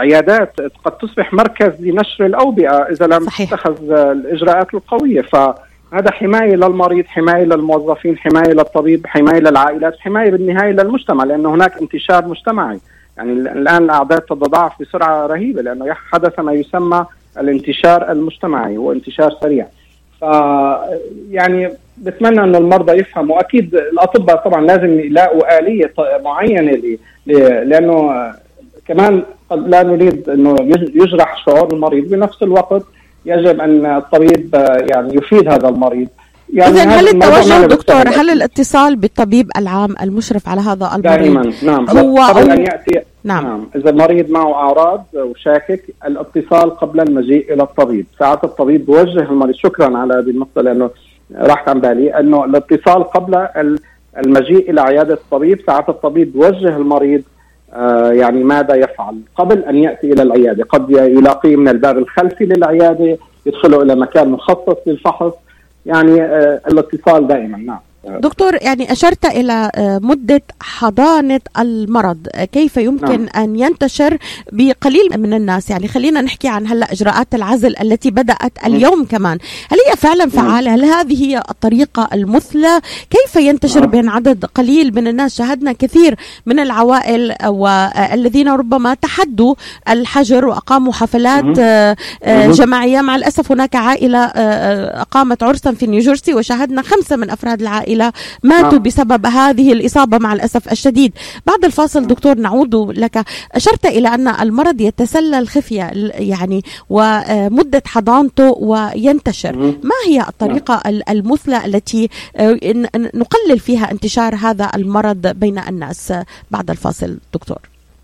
العيادات قد تصبح مركز لنشر الأوبئة إذا لم تتخذ الإجراءات القوية. ف هذا حماية للمريض، حماية للموظفين، حماية للطبيب، حماية للعائلات، حماية بالنهاية للمجتمع، لأنه هناك انتشار مجتمعي. يعني الآن الأعداد تتضاعف بسرعة رهيبة لأنه حدث ما يسمى الانتشار المجتمعي وانتشار سريع. ف يعني بتمنى أن المرضى يفهموا. أكيد الأطباء طبعا لازم يلاقوا آلية معينة لي لأنه كمان قد لا نريد أنه يجرح شعور المريض، بنفس الوقت يجب أن الطبيب يعني يفيد هذا المريض. يعني إذن هل التوجه دكتور، هل الاتصال بالطبيب العام المشرف على هذا المريض دائما نعم هو قبل أن يأتي نعم. نعم إذا المريض معه أعراض وشاكك، الاتصال قبل المجيء إلى الطبيب. ساعات الطبيب بوجه المريض، شكرا على هذه النقطة لأنه راحت عن بالي، أنه الاتصال قبل المجيء إلى عيادة الطبيب. ساعات الطبيب بوجه المريض آه يعني ماذا يفعل قبل أن يأتي إلى العيادة. قد يلاقيه من الباب الخلفي للعيادة، يدخله إلى مكان مخصص للفحص. يعني آه الاتصال دائما. نعم دكتور، يعني أشرت إلى مدة حضانة المرض، كيف يمكن نعم. أن ينتشر بقليل من الناس؟ يعني خلينا نحكي عن هلأ إجراءات العزل التي بدأت اليوم كمان، هل هي فعلا فعالة؟ هل هذه هي الطريقة المثلى؟ كيف ينتشر نعم. بين عدد قليل من الناس؟ شاهدنا كثير من العوائل والذين ربما تحدوا الحجر وأقاموا حفلات جماعية. مع الأسف هناك عائلة أقامت عرسا في نيوجيرسي وشاهدنا خمسة من أفراد العائلة ماتوا بسبب هذه الإصابة مع الأسف الشديد. بعد الفاصل دكتور نعود لك. أشرت إلى أن المرض يتسلل خفية يعني ومدة حضانته وينتشر، ما هي الطريقة المثلى التي نقلل فيها انتشار هذا المرض بين الناس؟ بعد الفاصل دكتور.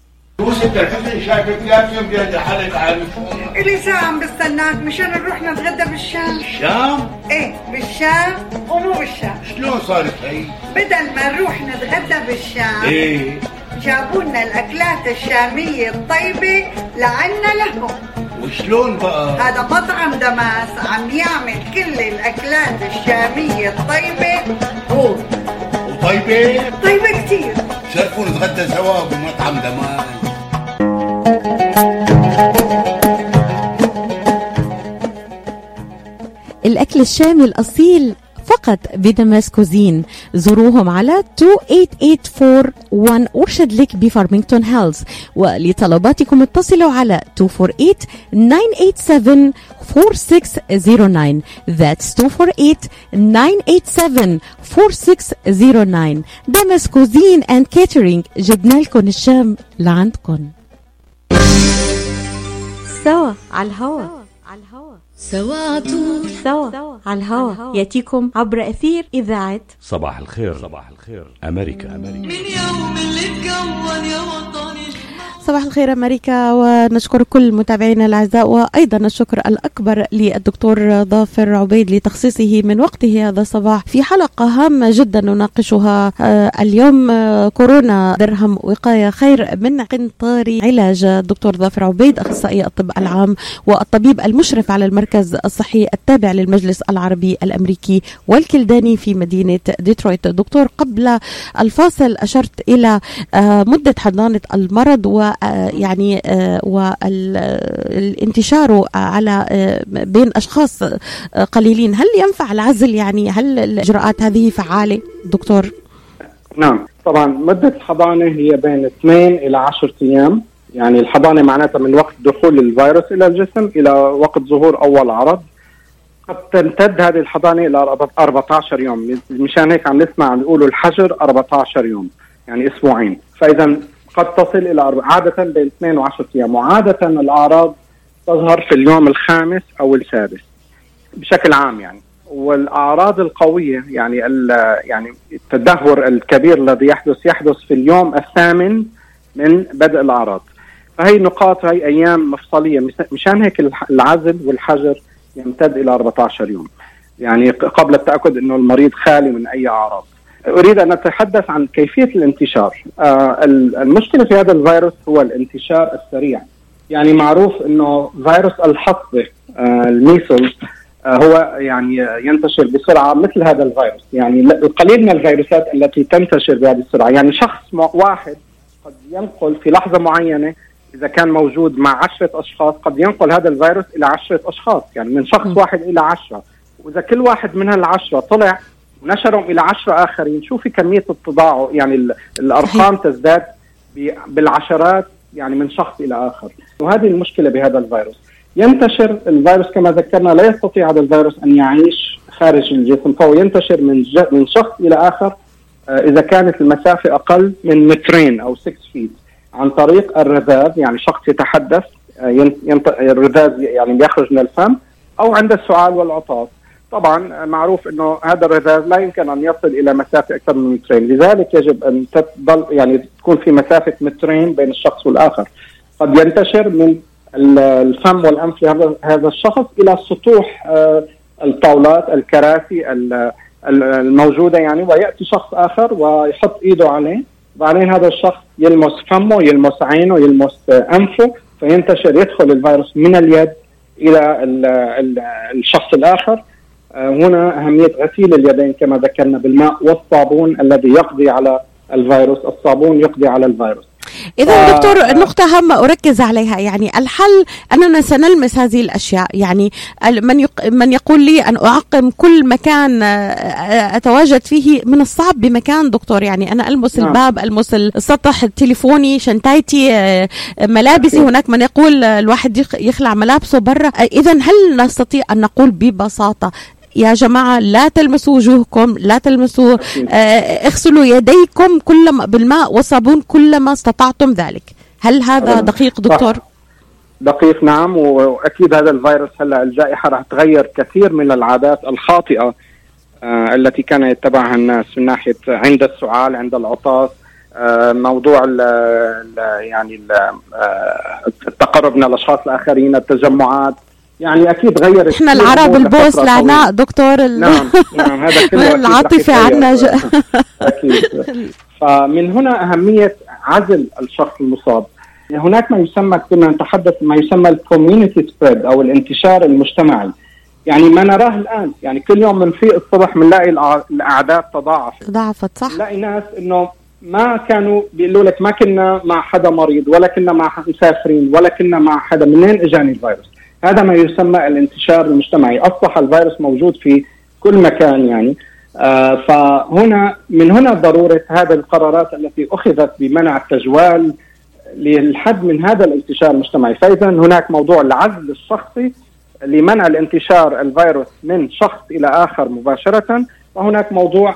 إلي ساعة عم بستناك مشان نروح نتغدى بالشام. الشام؟ ايه بالشام ومو بالشام. شلون صارت هي؟ بدل ما نروح نتغدى بالشام ايه جابوا لنا الأكلات الشامية الطيبة لعنا لهم. وشلون بقى؟ هذا مطعم دماس عم يعمل كل الأكلات الشامية الطيبة هو. وطيبة؟ طيبة كتير. شرفوا نتغدى سوا بمطعم دماس. الأكل الشامي الأصيل فقط بدماس كوزين. زوروهم على اثنين ثمانية ثمانية أربعة واحد أورشارد ليك بفارمينغتون هيلز، ولطلباتكم اتصلوا على اثنين أربعة ثمانية تسعة سبعة أربعة ستة صفر تسعة. That's اثنين أربعة ثمانية تسعة سبعة أربعة ستة صفر تسعة. دماس كوزين اند كاترينج، جبنا لكم الشام لعندكم. سوا على الهوا على الهوا سوا عطول سوا على الهوا ياتيكم عبر أثير إذاعة صباح الخير. صباح الخير أمريكا. أمريكا من يوم اللي اتكون يا وطني. صباح الخير أمريكا، ونشكر كل متابعينا الأعزاء، وأيضا الشكر الأكبر للدكتور ظافر عبيد لتخصيصه من وقته هذا الصباح في حلقة هامة جدا نناقشها اليوم. كورونا درهم وقاية خير من قنطار علاج. الدكتور ظافر عبيد أخصائي الطب العام والطبيب المشرف على المركز الصحي التابع للمجلس العربي الأمريكي والكلداني في مدينة ديترويت. دكتور، قبل الفاصل أشرت إلى مدة حضانة المرض و يعني والانتشار على بين أشخاص قليلين. هل ينفع العزل؟ يعني هل الإجراءات هذه فعالة دكتور؟ نعم طبعا. مدة الحضانة هي بين اثنين إلى عشرة أيام. يعني الحضانة معناتها من وقت دخول الفيروس إلى الجسم إلى وقت ظهور أول عرض. قد تمتد هذه الحضانة إلى أربعة عشر يوم. مشان هيك عم نسمع عم يقولوا الحجر أربعة عشر يوم، يعني أسبوعين. فإذا قد تصل إلى عادة بين اثنين وعشرة أيام. وعادة الأعراض تظهر في اليوم الخامس أو السادس بشكل عام يعني. والأعراض القوية يعني يعني التدهور الكبير الذي يحدث يحدث في اليوم الثامن من بدء الأعراض. فهي نقاط، هي أيام مفصلية. مشان هيك العزل والحجر يمتد إلى أربعة عشر يوم، يعني قبل التأكد أنه المريض خالي من أي أعراض. أريد أن أتحدث عن كيفية الانتشار. آه المشكلة في هذا الفيروس هو الانتشار السريع. يعني معروف أنه فيروس الحصبة آه الميسلز آه هو يعني ينتشر بسرعة مثل هذا الفيروس. يعني القليل من الفيروسات التي تنتشر بهذه السرعة. يعني شخص واحد قد ينقل في لحظة معينة، إذا كان موجود مع عشرة أشخاص، قد ينقل هذا الفيروس إلى عشرة أشخاص، يعني من شخص واحد إلى عشرة. وإذا كل واحد من هالعشرة طلع ونشرهم إلى عشرة آخرين، شوفي كمية التضاعف، يعني الأرقام تزداد بالعشرات يعني من شخص إلى آخر. وهذه المشكلة بهذا الفيروس، ينتشر الفيروس كما ذكرنا، لا يستطيع هذا الفيروس أن يعيش خارج الجسم، فهو ينتشر من من شخص إلى آخر إذا كانت المسافة أقل من مترين أو ستة فيت، عن طريق الرذاذ، يعني شخص يتحدث الرذاذ يعني بيخرج من الفم، أو عند السعال والعطاس. طبعا معروف أنه هذا الرذاذ لا يمكن أن يصل إلى مسافة أكثر من مترين، لذلك يجب أن تضل يعني تكون في مسافة مترين بين الشخص والآخر. قد ينتشر من الفم والأنف لهذا هذا الشخص إلى سطوح الطاولات الكراسي الموجودة يعني، ويأتي شخص آخر ويحط إيده عليه، وبعدين هذا الشخص يلمس فمه، يلمس عينه، يلمس أنفه، فينتشر، يدخل الفيروس من اليد إلى ال ال الشخص الآخر. هنا أهمية غسيل اليدين كما ذكرنا بالماء والصابون الذي يقضي على الفيروس، الصابون يقضي على الفيروس. إذا دكتور نقطة هامة أركز عليها، يعني الحل أننا سنلمس هذه الأشياء، يعني من يق... من يقول لي أن أعقم كل مكان أتواجد فيه، من الصعب بمكان دكتور، يعني أنا ألمس نعم. الباب، ألمس السطح التليفوني، شنطايتي، ملابسي، هناك من يقول الواحد يخلع ملابسه برا. إذا هل نستطيع أن نقول ببساطة يا جماعة لا تلمسوا وجوهكم، لا تلمسوا، آه اغسلوا يديكم كلما بالماء والصابون كلما استطعتم ذلك؟ هل هذا دقيق دكتور؟ دقيق نعم، وأكيد هذا الفيروس هلا الجائحة راح تغير كثير من العادات الخاطئة آه التي كان يتبعها الناس من ناحية عند السعال، عند العطاس، آه موضوع ال ال يعني ال التقرب من الأشخاص الآخرين، التجمعات، يعني أكيد غيرت. إحنا العرب البوس لعناء دكتور. نعم نعم هذا كله العاطفة عنا ج... أكيد. فمن هنا أهمية عزل الشخص المصاب. هناك ما يسمى، كنا نتحدث ما يسمى الكوميونيتي سبريد أو الانتشار المجتمعي، يعني ما نراه الآن، يعني كل يوم بنفيق الصبح بنلاقي الأعداد تضاعفت تضاعفت صح. نلاقي ناس إنه ما كانوا بيقولوا لك ما كنا مع حدا مريض، ولا كنا مع مسافرين، ولا كنا مع حدا، منين إجاني الفيروس؟ هذا ما يسمى الانتشار المجتمعي، أصبح الفيروس موجود في كل مكان يعني. آه فهنا من هنا ضرورة هذه القرارات التي أخذت بمنع التجوال للحد من هذا الانتشار المجتمعي. فإذا هناك موضوع العزل الشخصي لمنع الانتشار الفيروس من شخص إلى آخر مباشرة، وهناك موضوع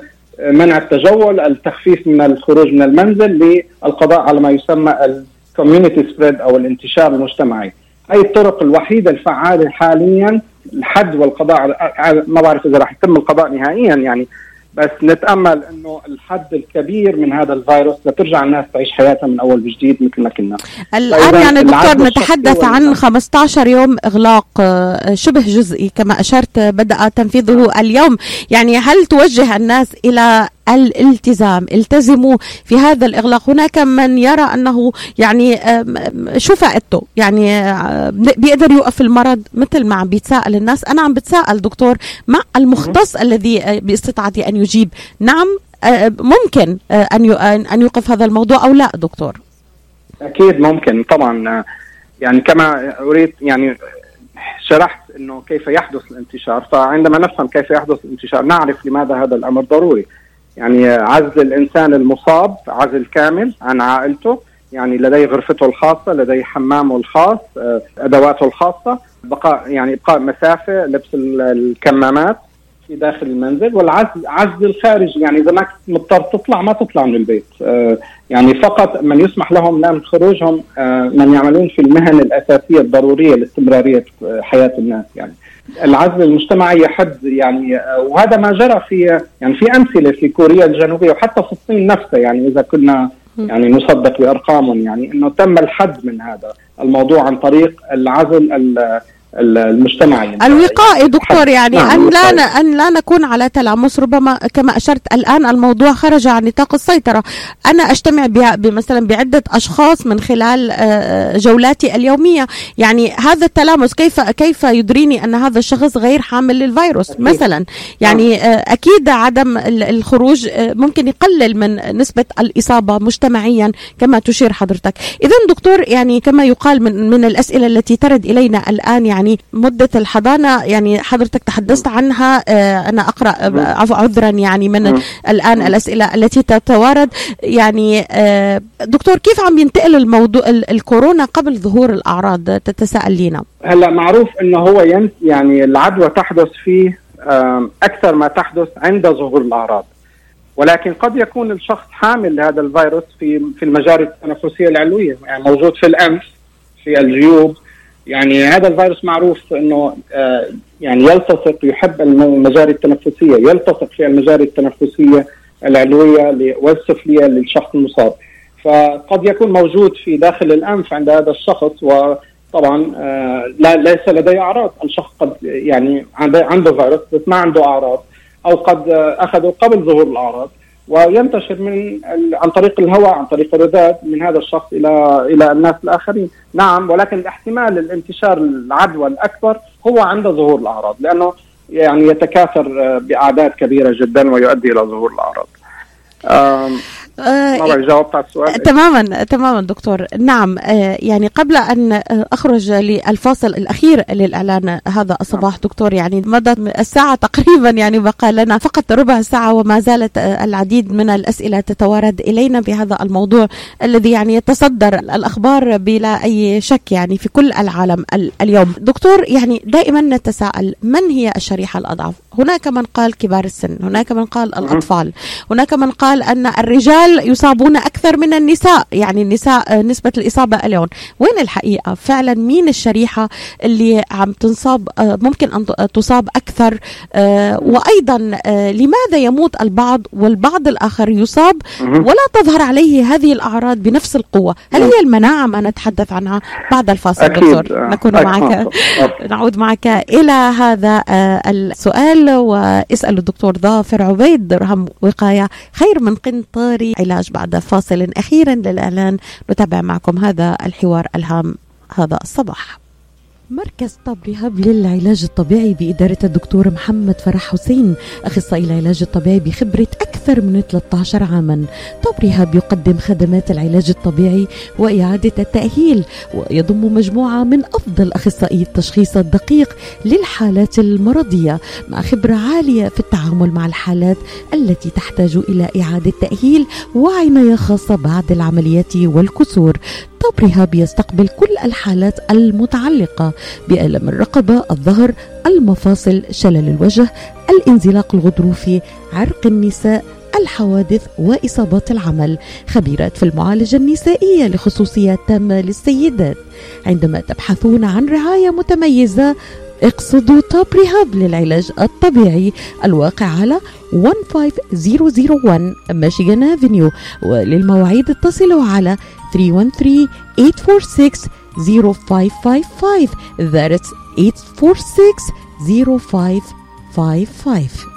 منع التجول، التخفيف من الخروج من المنزل للقضاء على ما يسمى الكوميونيتي سبريد أو الانتشار المجتمعي. هي الطرق الوحيدة الفعالة حاليا الحد والقضاء، ما بعرف إذا راح يتم القضاء نهائيا يعني، بس نتأمل أنه الحد الكبير من هذا الفيروس لترجع الناس تعيش حياتها من أول وجديد مثل ما كنا. الآن يعني دكتور نتحدث عن خمسة عشر يوم إغلاق شبه جزئي كما أشرت بدأ تنفيذه اليوم، يعني هل توجه الناس إلى الالتزام؟ التزموا في هذا الإغلاق. هناك من يرى أنه يعني شو فائدته، يعني بيقدر يوقف المرض، مثل ما عم بيتساءل الناس. أنا عم بتساءل دكتور مع المختص الذي باستطاعته أن يجيب نعم ممكن أن أن يوقف هذا الموضوع أو لا دكتور؟ أكيد ممكن طبعا، يعني كما أريد يعني شرحت أنه كيف يحدث الانتشار، فعندما نفهم كيف يحدث الانتشار نعرف لماذا هذا الأمر ضروري. يعني عزل الإنسان المصاب عزل كامل عن عائلته، يعني لديه غرفته الخاصة، لديه حمامه الخاص، أدواته الخاصة، بقاء يعني إبقاء مسافة، لبس الكمامات في داخل المنزل، والعزل عزل الخارج، يعني إذا ما كنت مضطر تطلع ما تطلع من البيت، يعني فقط من يسمح لهم من خروجهم من يعملون في المهن الأساسية الضرورية لاستمرارية حياة الناس. يعني العزل المجتمعي يحد يعني، وهذا ما جرى في يعني في أمثلة في كوريا الجنوبية وحتى في الصين نفسها، يعني إذا كنا يعني نصدق بأرقامهم، يعني إنه تم الحد من هذا الموضوع عن طريق العزل المجتمعي الوقائي دكتور، يعني نعم أن لا أن لا نكون على تلامس. ربما كما أشرت الآن الموضوع خرج عن نطاق السيطرة. أنا أجتمع مثلا بعدة أشخاص من خلال جولاتي اليومية، يعني هذا التلامس كيف كيف يدريني أن هذا الشخص غير حامل للفيروس أكيد. مثلا يعني نعم. أكيد عدم الخروج ممكن يقلل من نسبة الإصابة مجتمعيا كما تشير حضرتك. إذن دكتور، يعني كما يقال من من الأسئلة التي ترد إلينا الآن، يعني يعني مدة الحضانة يعني حضرتك تحدثت عنها، أنا أقرأ عذرا يعني من الآن الأسئلة التي تتوارد. يعني دكتور كيف عم ينتقل الموضوع الكورونا قبل ظهور الأعراض؟ تتساءل لينا. هلا معروف انه هو يعني العدوى تحدث فيه اكثر ما تحدث عند ظهور الاعراض، ولكن قد يكون الشخص حامل لهذا الفيروس في في المجاري التنفسيه العلويه، يعني موجود في الانف، في الجيوب. يعني هذا الفيروس معروف انه يعني يلتصق، يحب المجاري التنفسيه، يلتصق في المجاري التنفسيه العلويه والسفليه للشخص المصاب. فقد يكون موجود في داخل الانف عند هذا الشخص، وطبعا لا ليس لديه اعراض. الشخص قد يعني عنده فيروس بس ما عنده اعراض، او قد اخذه قبل ظهور الاعراض وينتشر من عن طريق الهواء، عن طريق الرذاذ من هذا الشخص الى الى الناس الاخرين. نعم، ولكن احتمال الانتشار العدوى الاكبر هو عند ظهور الاعراض، لانه يعني يتكاثر باعداد كبيره جدا ويؤدي الى ظهور الاعراض. ما جاوبت على السؤال؟ تماما تماما دكتور. نعم، يعني قبل أن أخرج للفاصل الأخير للإعلان هذا الصباح دكتور، يعني مضت الساعة تقريبا، يعني بقى لنا فقط ربع ساعة وما زالت العديد من الأسئلة تتوارد إلينا بهذا الموضوع الذي يعني يتصدر الأخبار بلا أي شك يعني في كل العالم اليوم. دكتور يعني دائما نتساءل، من هي الشريحة الأضعف؟ هناك من قال كبار السن، هناك من قال الأطفال، هناك من قال أن الرجال يصابون أكثر من النساء، يعني النساء نسبة الإصابة اليوم. وين الحقيقة فعلا؟ مين الشريحة اللي عم تنصاب ممكن أن تصاب أكثر؟ وأيضا لماذا يموت البعض والبعض الآخر يصاب ولا تظهر عليه هذه الأعراض بنفس القوة؟ هل هي المناعة ما نتحدث عنها؟ بعد الفاصل دكتور نكون معك، نعود معك إلى هذا السؤال. واسأل الدكتور ظافر عبيد، درهم وقاية خير من قنطاري علاج. بعد فاصل أخيرا للإعلان نتابع معكم هذا الحوار الهام هذا الصباح. مركز طب رهاب للعلاج الطبيعي بإدارة الدكتور محمد فرح حسين، أخصائي العلاج الطبيعي بخبرة أكثر من ثلاثة عشر عاما. طب رهاب يقدم خدمات العلاج الطبيعي وإعادة التأهيل، ويضم مجموعة من أفضل أخصائي التشخيص الدقيق للحالات المرضية، مع خبرة عالية في التعامل مع الحالات التي تحتاج إلى إعادة تأهيل وعناية خاصة بعد العمليات والكسور. طب رهاب يستقبل كل الحالات المتعلقة بألم الرقبة، الظهر، المفاصل، شلل الوجه، الانزلاق الغضروفي، عرق النساء، الحوادث وإصابات العمل. خبيرات في المعالجة النسائية لخصوصية تامة للسيدات. عندما تبحثون عن رعاية متميزة اقصدوا طب رهاب للعلاج الطبيعي، الواقع على خمسة خمسة صفر صفر واحد ميشيغان افنيو. وللمواعيد اتصلوا على ثلاثة واحد ثلاثة ثمانية أربعة ستة صفر خمسة خمسة خمسة. That's ثمانية أربعة ستة صفر خمسة خمسة خمسة.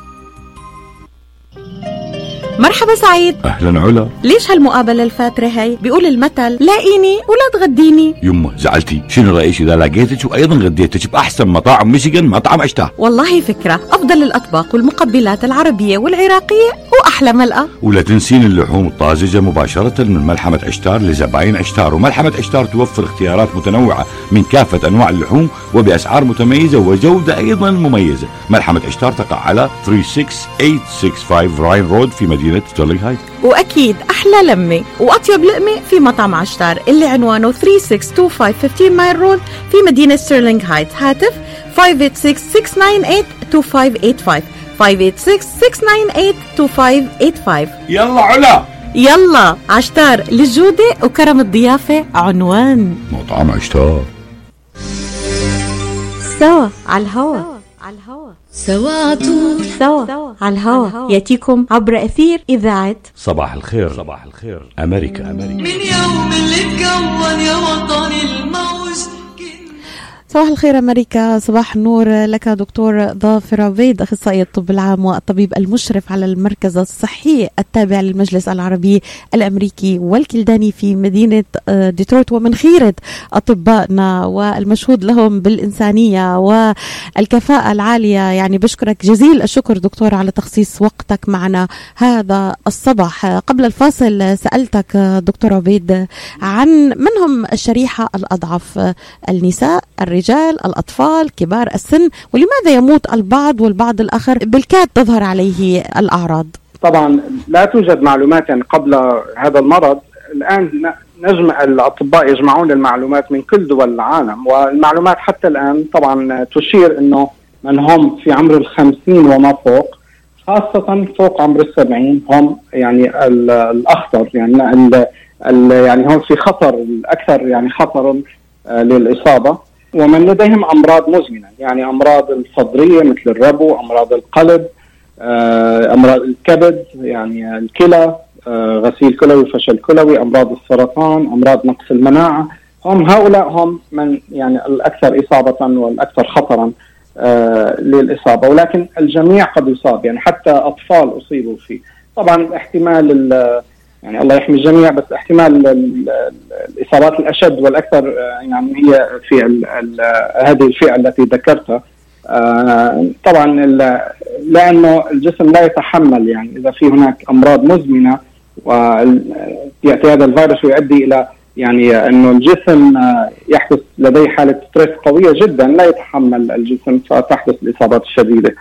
مرحبا سعيد. اهلا علا. ليش هالمقابله الفاتره هي؟ بيقول المثل لاقيني ولا تغديني. يمه زعلتي، شنو رايك اذا لقيتك وايضا غديتك باحسن مطاعم ميشيغان، مطعم اشتار؟ والله فكره، افضل الاطباق والمقبلات العربيه والعراقيه واحلى ملقا. ولا تنسين اللحوم الطازجه مباشره من ملحمه اشتار لزباين اشتار. وملحمه اشتار توفر اختيارات متنوعه من كافه انواع اللحوم وباسعار متميزه وجوده ايضا مميزه. ملحمه اشتار تقع على ثلاثة ستة ثمانية ستة خمسة راين رود في مدينة ستيرلينغ هايت. واكيد احلى لمه واطيب لقمه في مطعم عشتار اللي عنوانه ثلاثة ستة اثنين خمسة خمسة عشر مايل رود في مدينه ستيرلينغ هايت. هاتف خمسة ثمانية ستة ستة تسعة تسعة ثمانية اثنين خمسة ثمانية خمسة ستة ستة تسعة تسعة خمسة ثمانية ثمانية. يلا علا، يلا عشتار للجوده وكرم الضيافه عنوان مطعم عشتار. سوا على الهوا، على الهوا سوا طول سوا على الهوا، ياتيكم عبر اثير اذاعه صباح الخير. صباح الخير أمريكا. أمريكا. من يوم اللي اتكون يا وطني الموج. صباح الخير أمريكا، صباح النور لك دكتور ظافر عبيد، أخصائي الطب العام والطبيب المشرف على المركز الصحي التابع للمجلس العربي الأمريكي والكلداني في مدينة ديترويت، ومن خيرة أطبائنا والمشهود لهم بالإنسانية والكفاءة العالية. يعني بشكرك جزيل الشكر دكتور على تخصيص وقتك معنا هذا الصباح. قبل الفاصل سألتك دكتور عبيد عن من هم الشريحة الأضعف، النساء، الرجال، الرجال، الأطفال، كبار السن؟ ولماذا يموت البعض والبعض الآخر بالكاد تظهر عليه الأعراض؟ طبعا لا توجد معلومات يعني قبل هذا المرض. الآن نجمع الأطباء يجمعون المعلومات من كل دول العالم، والمعلومات حتى الآن طبعا تشير أنه من هم في عمر الخمسين وما فوق، خاصة فوق عمر السبعين، هم يعني الأخطر، يعني ال ال يعني هم في خطر الأكثر يعني خطرا للإصابة، ومن لديهم أمراض مزمنة، يعني أمراض الصدرية مثل الربو، أمراض القلب، أمراض الكبد يعني الكلى، غسيل كلوي، فشل كلوي، أمراض السرطان، أمراض نقص المناعة. هم هؤلاء هم من يعني الأكثر إصابة والأكثر خطرا آه للإصابة، ولكن الجميع قد يصاب، يعني حتى أطفال أصيبوا فيه. طبعا احتمال يعني الله يحمي الجميع، بس احتمال الإصابات الأشد والأكثر آه يعني هي في ال ال هذه الفئة التي ذكرتها. آه طبعا لأنه الجسم لا يتحمل، يعني إذا في هناك أمراض مزمنة ويأتي هذا الفيروس ويؤدي إلى يعني أنه الجسم يحدث لديه حالة ستريس قوية جدا، لا يتحمل الجسم فتحدث الإصابات الشديدة.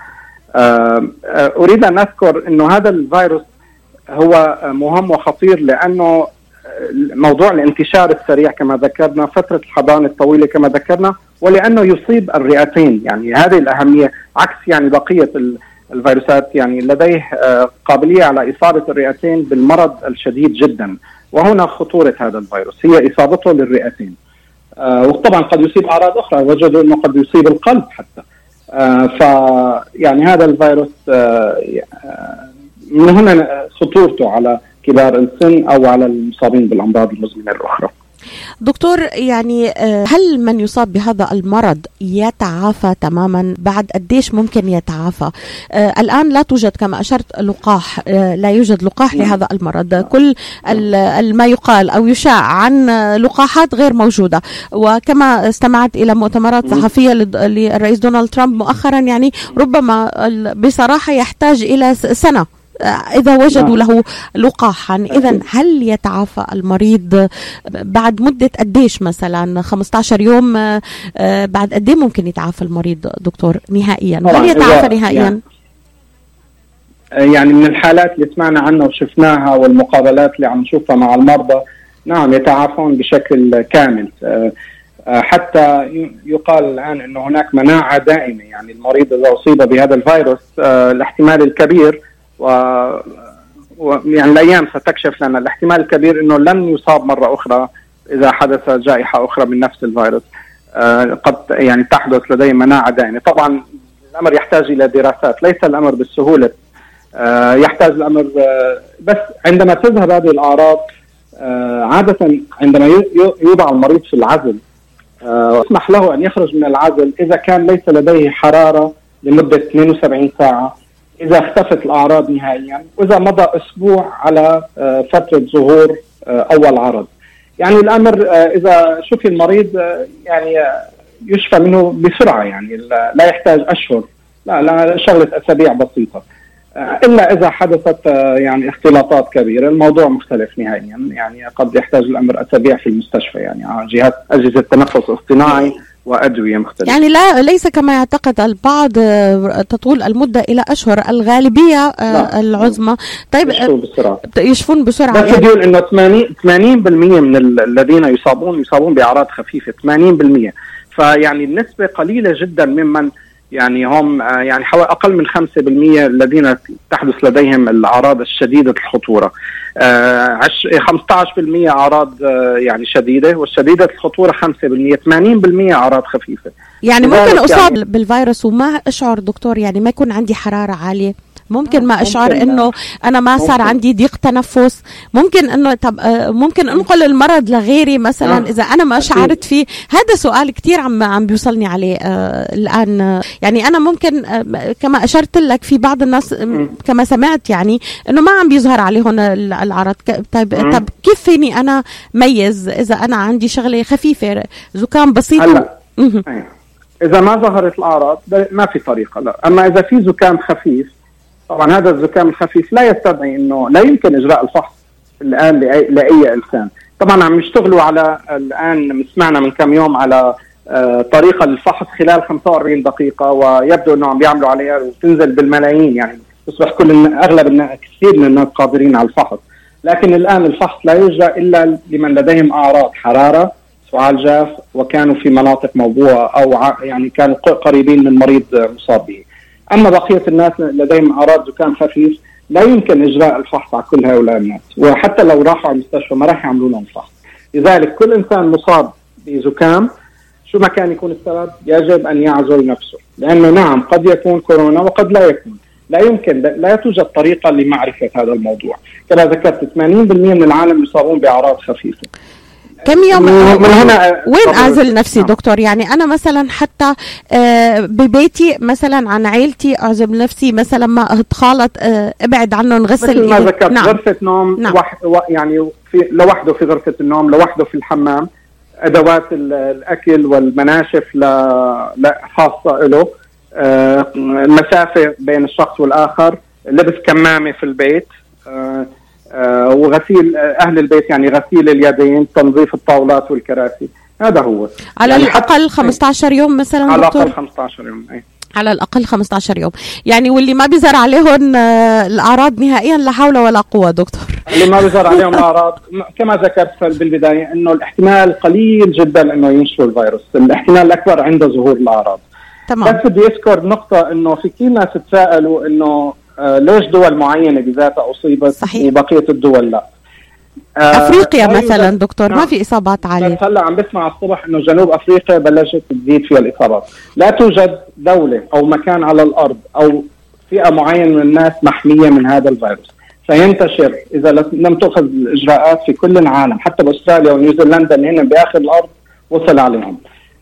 أريد أن أذكر أنه هذا الفيروس هو مهم وخطير، لأنه موضوع الانتشار السريع كما ذكرنا، فترة الحضانة الطويلة كما ذكرنا، ولأنه يصيب الرئتين، يعني هذه الأهمية عكس يعني بقية الفيروسات، يعني لديه قابلية على إصابة الرئتين بالمرض الشديد جدا، وهنا خطورة هذا الفيروس هي إصابته للرئتين. آه وطبعا قد يصيب أعراض أخرى، وجدوا أنه قد يصيب القلب حتى. آه فيعني هذا الفيروس آه من هنا خطورته على كبار السن أو على المصابين بالأمراض المزمنة الأخرى. دكتور، يعني هل من يصاب بهذا المرض يتعافى تماما؟ بعد قديش ممكن يتعافى؟ آه الآن لا توجد كما أشرت لقاح، آه لا يوجد لقاح لهذا المرض. كل ما يقال أو يشاع عن لقاحات غير موجودة، وكما استمعت إلى مؤتمرات صحفية للرئيس دونالد ترامب مؤخرا، يعني ربما بصراحة يحتاج إلى سنة إذا وجدوا له لقاحا. إذا هل يتعافى المريض بعد مدة قديش؟ مثلا خمسة عشر يوم، بعد قديه ممكن يتعافى المريض دكتور نهائيا؟ هل يتعافى نهائيا؟ يعني, يعني من الحالات اللي سمعنا عنها وشفناها والمقابلات اللي عم نشوفها مع المرضى، نعم يتعافون بشكل كامل. حتى يقال الآن أنه هناك مناعة دائمة، يعني المريض إذا أصيب بهذا الفيروس الاحتمال الكبير و... و يعني الأيام ستكشف لنا الاحتمال الكبير أنه لن يصاب مرة أخرى إذا حدث جائحة أخرى من نفس الفيروس. آه قد يعني تحدث لديه مناعة دائمة. طبعا الأمر يحتاج إلى دراسات، ليس الأمر بالسهولة. آه يحتاج الأمر آه بس عندما تظهر هذه الأعراض آه عادة عندما يوضع المريض في العزل آه يسمح له أن يخرج من العزل إذا كان ليس لديه حرارة لمدة اثنين وسبعين ساعة، إذا اختفت الأعراض نهائيا، وإذا مضى أسبوع على فترة ظهور أول عرض. يعني الأمر إذا شفي المريض يعني يشفى منه بسرعة، يعني لا يحتاج أشهر، لا لا شغلة أسابيع بسيطة. إلا إذا حدثت يعني اختلاطات كبيرة الموضوع مختلف نهائيا، يعني قد يحتاج الأمر أسابيع في المستشفى، يعني جهاز أجهزة تنفس اصطناعي وأدوية مختلفة. يعني لا ليس كما يعتقد البعض تطول المدة إلى أشهر، الغالبية لا. العظمى طيب يشفون بسرعة، يشفون بسرعة. بس يعني يقول إنه ثمانين بالمئة من الذين يصابون يصابون بأعراض خفيفة، ثمانين بالمئة، فيعني النسبة قليلة جدا ممن يعني هم يعني حوالي أقل من خمسة بالمئة الذين تحدث لديهم الأعراض الشديدة الخطورة. خمسة عشر بالمئة أعراض يعني شديدة، والشديدة الخطورة خمسة بالمئة، ثمانين بالمئة أعراض خفيفة. يعني ممكن أصاب يعني بالفيروس وما أشعر دكتور، يعني ما يكون عندي حرارة عالية، ممكن ما أشعر إنه أنا ما صار عندي ضيق تنفس، ممكن إنه طب ممكن أنقل المرض لغيري مثلا آه. إذا أنا ما شعرت فيه. هذا سؤال كتير عم عم بيوصلني عليه آه الآن. يعني أنا ممكن آه كما أشرت لك في بعض الناس م. كما سمعت يعني إنه ما عم بيظهر عليهم الأعراض. طيب م. طب كيف فيني أنا ميز إذا أنا عندي شغلة خفيفة زكام بسيط؟ إذا ما ظهرت الأعراض ما في طريقة، لا. أما إذا في زكام خفيف، طبعا هذا الزكام الخفيف لا يستدعي انه لا يمكن اجراء الفحص الان لاي, لأي انسان. طبعا عم يشتغلوا على الان، سمعنا من كم يوم على طريقه للفحص خلال خمسة وأربعين دقيقه، ويبدو انه عم بيعملوا عليها وتنزل بالملايين، يعني تصبح كل اغلب الناس كثير من الناس قادرين على الفحص. لكن الان الفحص لا يجرى الا لمن لديهم اعراض حراره، سعال جاف، وكانوا في مناطق موبوءه او يعني كانوا قريبين من مريض مصاب به. اما بقيه الناس لديهم اعراض زكام خفيف لا يمكن اجراء الفحص على كل هؤلاء الناس، وحتى لو راحوا على المستشفى ما راح يعملوا لهم فحص. لذلك كل انسان مصاب بزكام شو ما كان يكون السبب يجب ان يعزل نفسه، لانه نعم قد يكون كورونا وقد لا يكون. لا يمكن لا توجد طريقه لمعرفه هذا الموضوع. كما ذكرت ثمانين بالمئة من العالم يصابون باعراض خفيفه. كم يوم من هنا وين اعزل نفسي دكتور؟ يعني انا مثلا حتى ببيتي مثلا عن عائلتي اعزل نفسي، مثلا ما اتخالط ابعد عنه نغسل مثل ما ذكرت. نعم. غرفه نوم نعم. وح... يعني في لوحده في غرفه النوم، لوحده في الحمام، ادوات الاكل والمناشف ل... لا خاصه له، المسافه بين الشخص والاخر، لبس كمامه في البيت، آه وغسيل أهل البيت، يعني غسيل اليدين، تنظيف الطاولات والكراسي. هذا هو على يعني الأقل خمسة عشر يوم مثلا على الأقل خمسة عشر يوم. أي. على الأقل خمسة عشر يوم يعني، واللي ما بيظهر عليهم الأعراض نهائيا لا حول ولا قوة دكتور. اللي ما بيظهر عليهم الأعراض كما ذكرت بالبداية أنه الاحتمال قليل جدا أنه ينشروا الفيروس، الاحتمال الأكبر عند ظهور الأعراض. تمام. بس بدي أذكر نقطة أنه في كثير ناس تساءلوا أنه آه ليش دول معينة بذاتها أصيبت صحيح. وبقية الدول لا. آه أفريقيا مثلا دكتور نعم. ما في إصابات عالية. هلا عم بسمع الصبح إنه جنوب أفريقيا بلشت تزيد فيها الإصابات. لا توجد دولة أو مكان على الأرض أو فئة معينة من الناس محمية من هذا الفيروس. سينتشر إذا لم تأخذ الإجراءات في كل العالم، حتى بأستراليا ونيوزيلندا اللي هن بآخر الأرض وصل عليهم.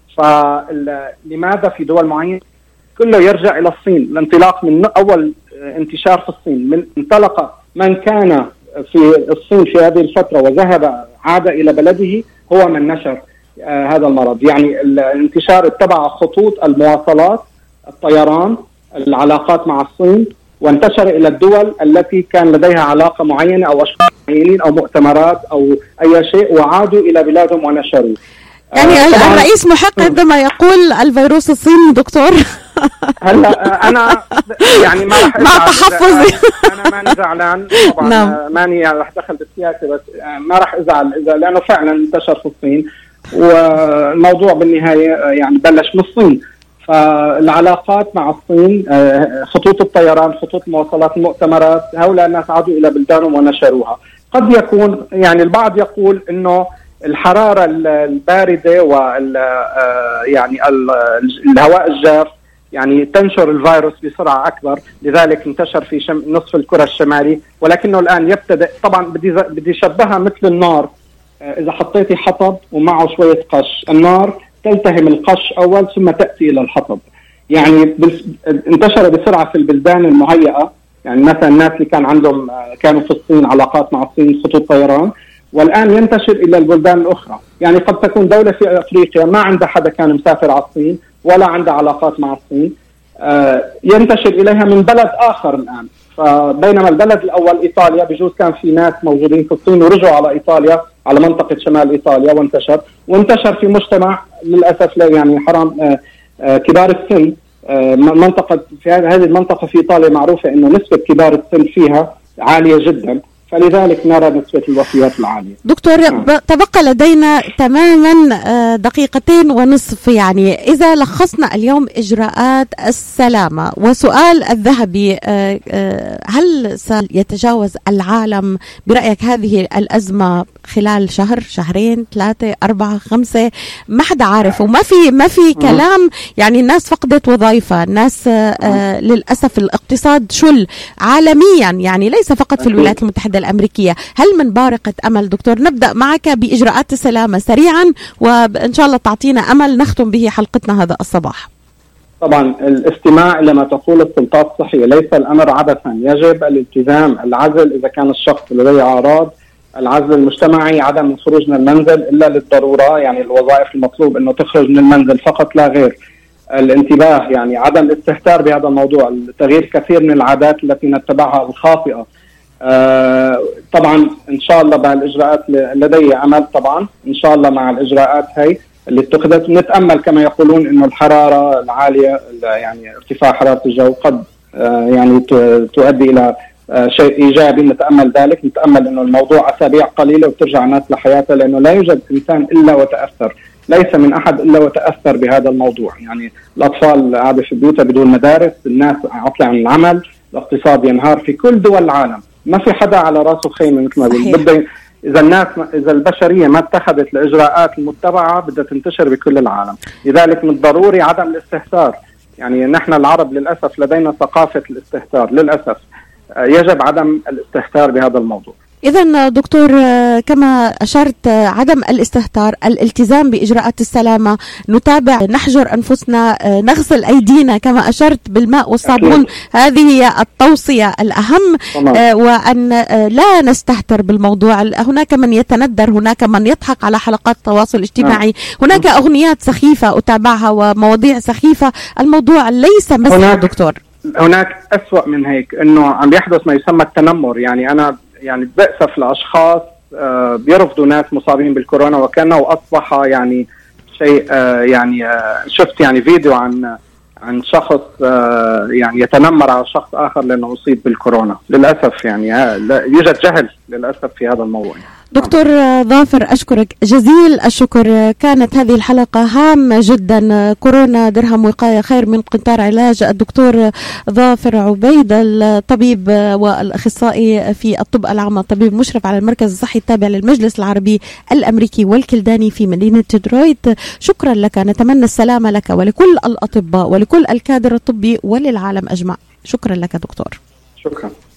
فلماذا في دول معينة؟ كله يرجع إلى الصين. الانطلاق من أول انتشار في الصين، من انطلق من كان في الصين في هذه الفترة وذهب عاد إلى بلده هو من نشر آه هذا المرض. يعني الانتشار اتبع خطوط المواصلات، الطيران، العلاقات مع الصين، وانتشر إلى الدول التي كان لديها علاقة معينة أو أشخاص معينين أو مؤتمرات أو أي شيء، وعادوا إلى بلادهم ونشروا. يعني آه الرئيس محق عندما يقول الفيروس الصيني دكتور. هلا انا يعني ما راح مع تحفظي انا ماني زعلان طبعا. نعم. ماني راح دخل بالسياسه، بس ما راح ازعل اذا لانه فعلا انتشر في الصين، والموضوع بالنهايه يعني بلش من الصين. فالعلاقات مع الصين، خطوط الطيران، خطوط المواصلات، المؤتمرات، هؤلاء الناس عادوا الى بلدانهم ونشروها. قد يكون يعني البعض يقول انه الحراره البارده وال يعني الهواء الجاف يعني تنشر الفيروس بسرعة أكبر، لذلك انتشر في شم... نصف الكرة الشمالي. ولكنه الآن يبتدأ، طبعا بدي بدي شبهها مثل النار. إذا حطيتي حطب ومعه شوية قش، النار تلتهم القش أول ثم تأتي إلى الحطب. يعني بال... انتشر بسرعة في البلدان المهيئة، يعني مثلا الناس اللي كان عندهم كانوا في الصين علاقات مع الصين، خطوط طيران، والآن ينتشر إلى البلدان الأخرى. يعني قد تكون دولة في أفريقيا ما عندها حدا كان مسافر على الصين ولا عندها علاقات مع الصين، آه ينتشر إليها من بلد آخر الآن. فبينما البلد الأول إيطاليا بجوز كان في ناس موجودين في الصين ورجعوا على إيطاليا، على منطقة شمال إيطاليا، وانتشر وانتشر في مجتمع للأسف لا يعني حرام آه آه كبار السن. آه منطقة في هذه المنطقة في إيطاليا معروفة إنه نسبة كبار السن فيها عالية جدا، فلذلك نرى نسبة الوفيات العالية. دكتور نعم. تبقى لدينا تماما دقيقتين ونصف. يعني إذا لخصنا اليوم إجراءات السلامة، وسؤال الذهبي، هل سيتجاوز العالم برأيك هذه الأزمة خلال شهر، شهرين، ثلاثة، أربعة، خمسة؟ ما حدا عارف، وما في ما في كلام. يعني الناس فقدت وظائفها، الناس للأسف الاقتصاد شل عالميا، يعني ليس فقط في الولايات المتحدة الأمريكية. هل من بارقة أمل دكتور نبدأ معك بإجراءات السلامة سريعا، وإن شاء الله تعطينا أمل نختم به حلقتنا هذا الصباح؟ طبعا الاستماع إلى ما تقول السلطات الصحية، ليس الأمر عبثا، يجب الالتزام، العزل إذا كان الشخص لديه أعراض، العزل المجتمعي، عدم الخروج من المنزل إلا للضرورة، يعني الوظائف المطلوب أنه تخرج من المنزل فقط لا غير. الانتباه، يعني عدم الاستهتار بهذا الموضوع، تغيير كثير من العادات التي نتبعها الخاطئة. آه طبعا ان شاء الله بهالاجراءات لدي امل، طبعا ان شاء الله مع الاجراءات هي اللي اتخذت. نتامل كما يقولون انه الحراره العاليه يعني ارتفاع حراره الجو قد يعني تؤدي الى شيء ايجابي، نتامل ذلك، نتامل انه الموضوع اسابيع قليله وترجع الناس لحياتها، لانه لا يوجد انسان الا وتاثر، ليس من احد الا وتاثر بهذا الموضوع. يعني الاطفال قاعده في بيوتها بدون مدارس، الناس عطلة عن العمل، الاقتصاد ينهار في كل دول العالم، ما في حدا على راسه خيمه مثل ما بقول. بدها اذا الناس اذا البشريه ما اتخذت الاجراءات المتبعه بدها تنتشر بكل العالم، لذلك من الضروري عدم الاستهتار. يعني نحن العرب للاسف لدينا ثقافه الاستهتار، للاسف يجب عدم الاستهتار بهذا الموضوع. إذن دكتور كما أشرت عدم الاستهتار، الالتزام بإجراءات السلامة، نتابع، نحجر أنفسنا، نغسل أيدينا كما أشرت بالماء والصابون، أكيد. هذه هي التوصية الأهم. طبعا. وأن لا نستهتر بالموضوع. هناك من يتندر، هناك من يضحك على حلقات التواصل الاجتماعي، هناك أغنيات سخيفة أتابعها ومواضيع سخيفة. الموضوع ليس مسح دكتور، هناك أسوأ من هيك، أنه عم يحدث ما يسمى التنمر. يعني أنا يعني بأسف لأشخاص آه بيرفضوا ناس مصابين بالكورونا، وكأنه أصبح يعني شيء آه يعني آه شفت يعني فيديو عن عن شخص آه يعني يتنمر على شخص آخر لأنه أصيب بالكورونا. للأسف يعني آه يوجد جهل للأسف في هذا الموضوع. دكتور ظافر أشكرك جزيل الشكر. كانت هذه الحلقة هامة جدا. كورونا درهم وقاية خير من قنطار علاج. الدكتور ظافر عبيد الطبيب والأخصائي في الطب العام، طبيب مشرف على المركز الصحي التابع للمجلس العربي الأمريكي والكلداني في مدينة ديترويت. شكرا لك، نتمنى السلامة لك ولكل الأطباء ولكل الكادر الطبي وللعالم أجمع. شكرا لك دكتور. شكرا.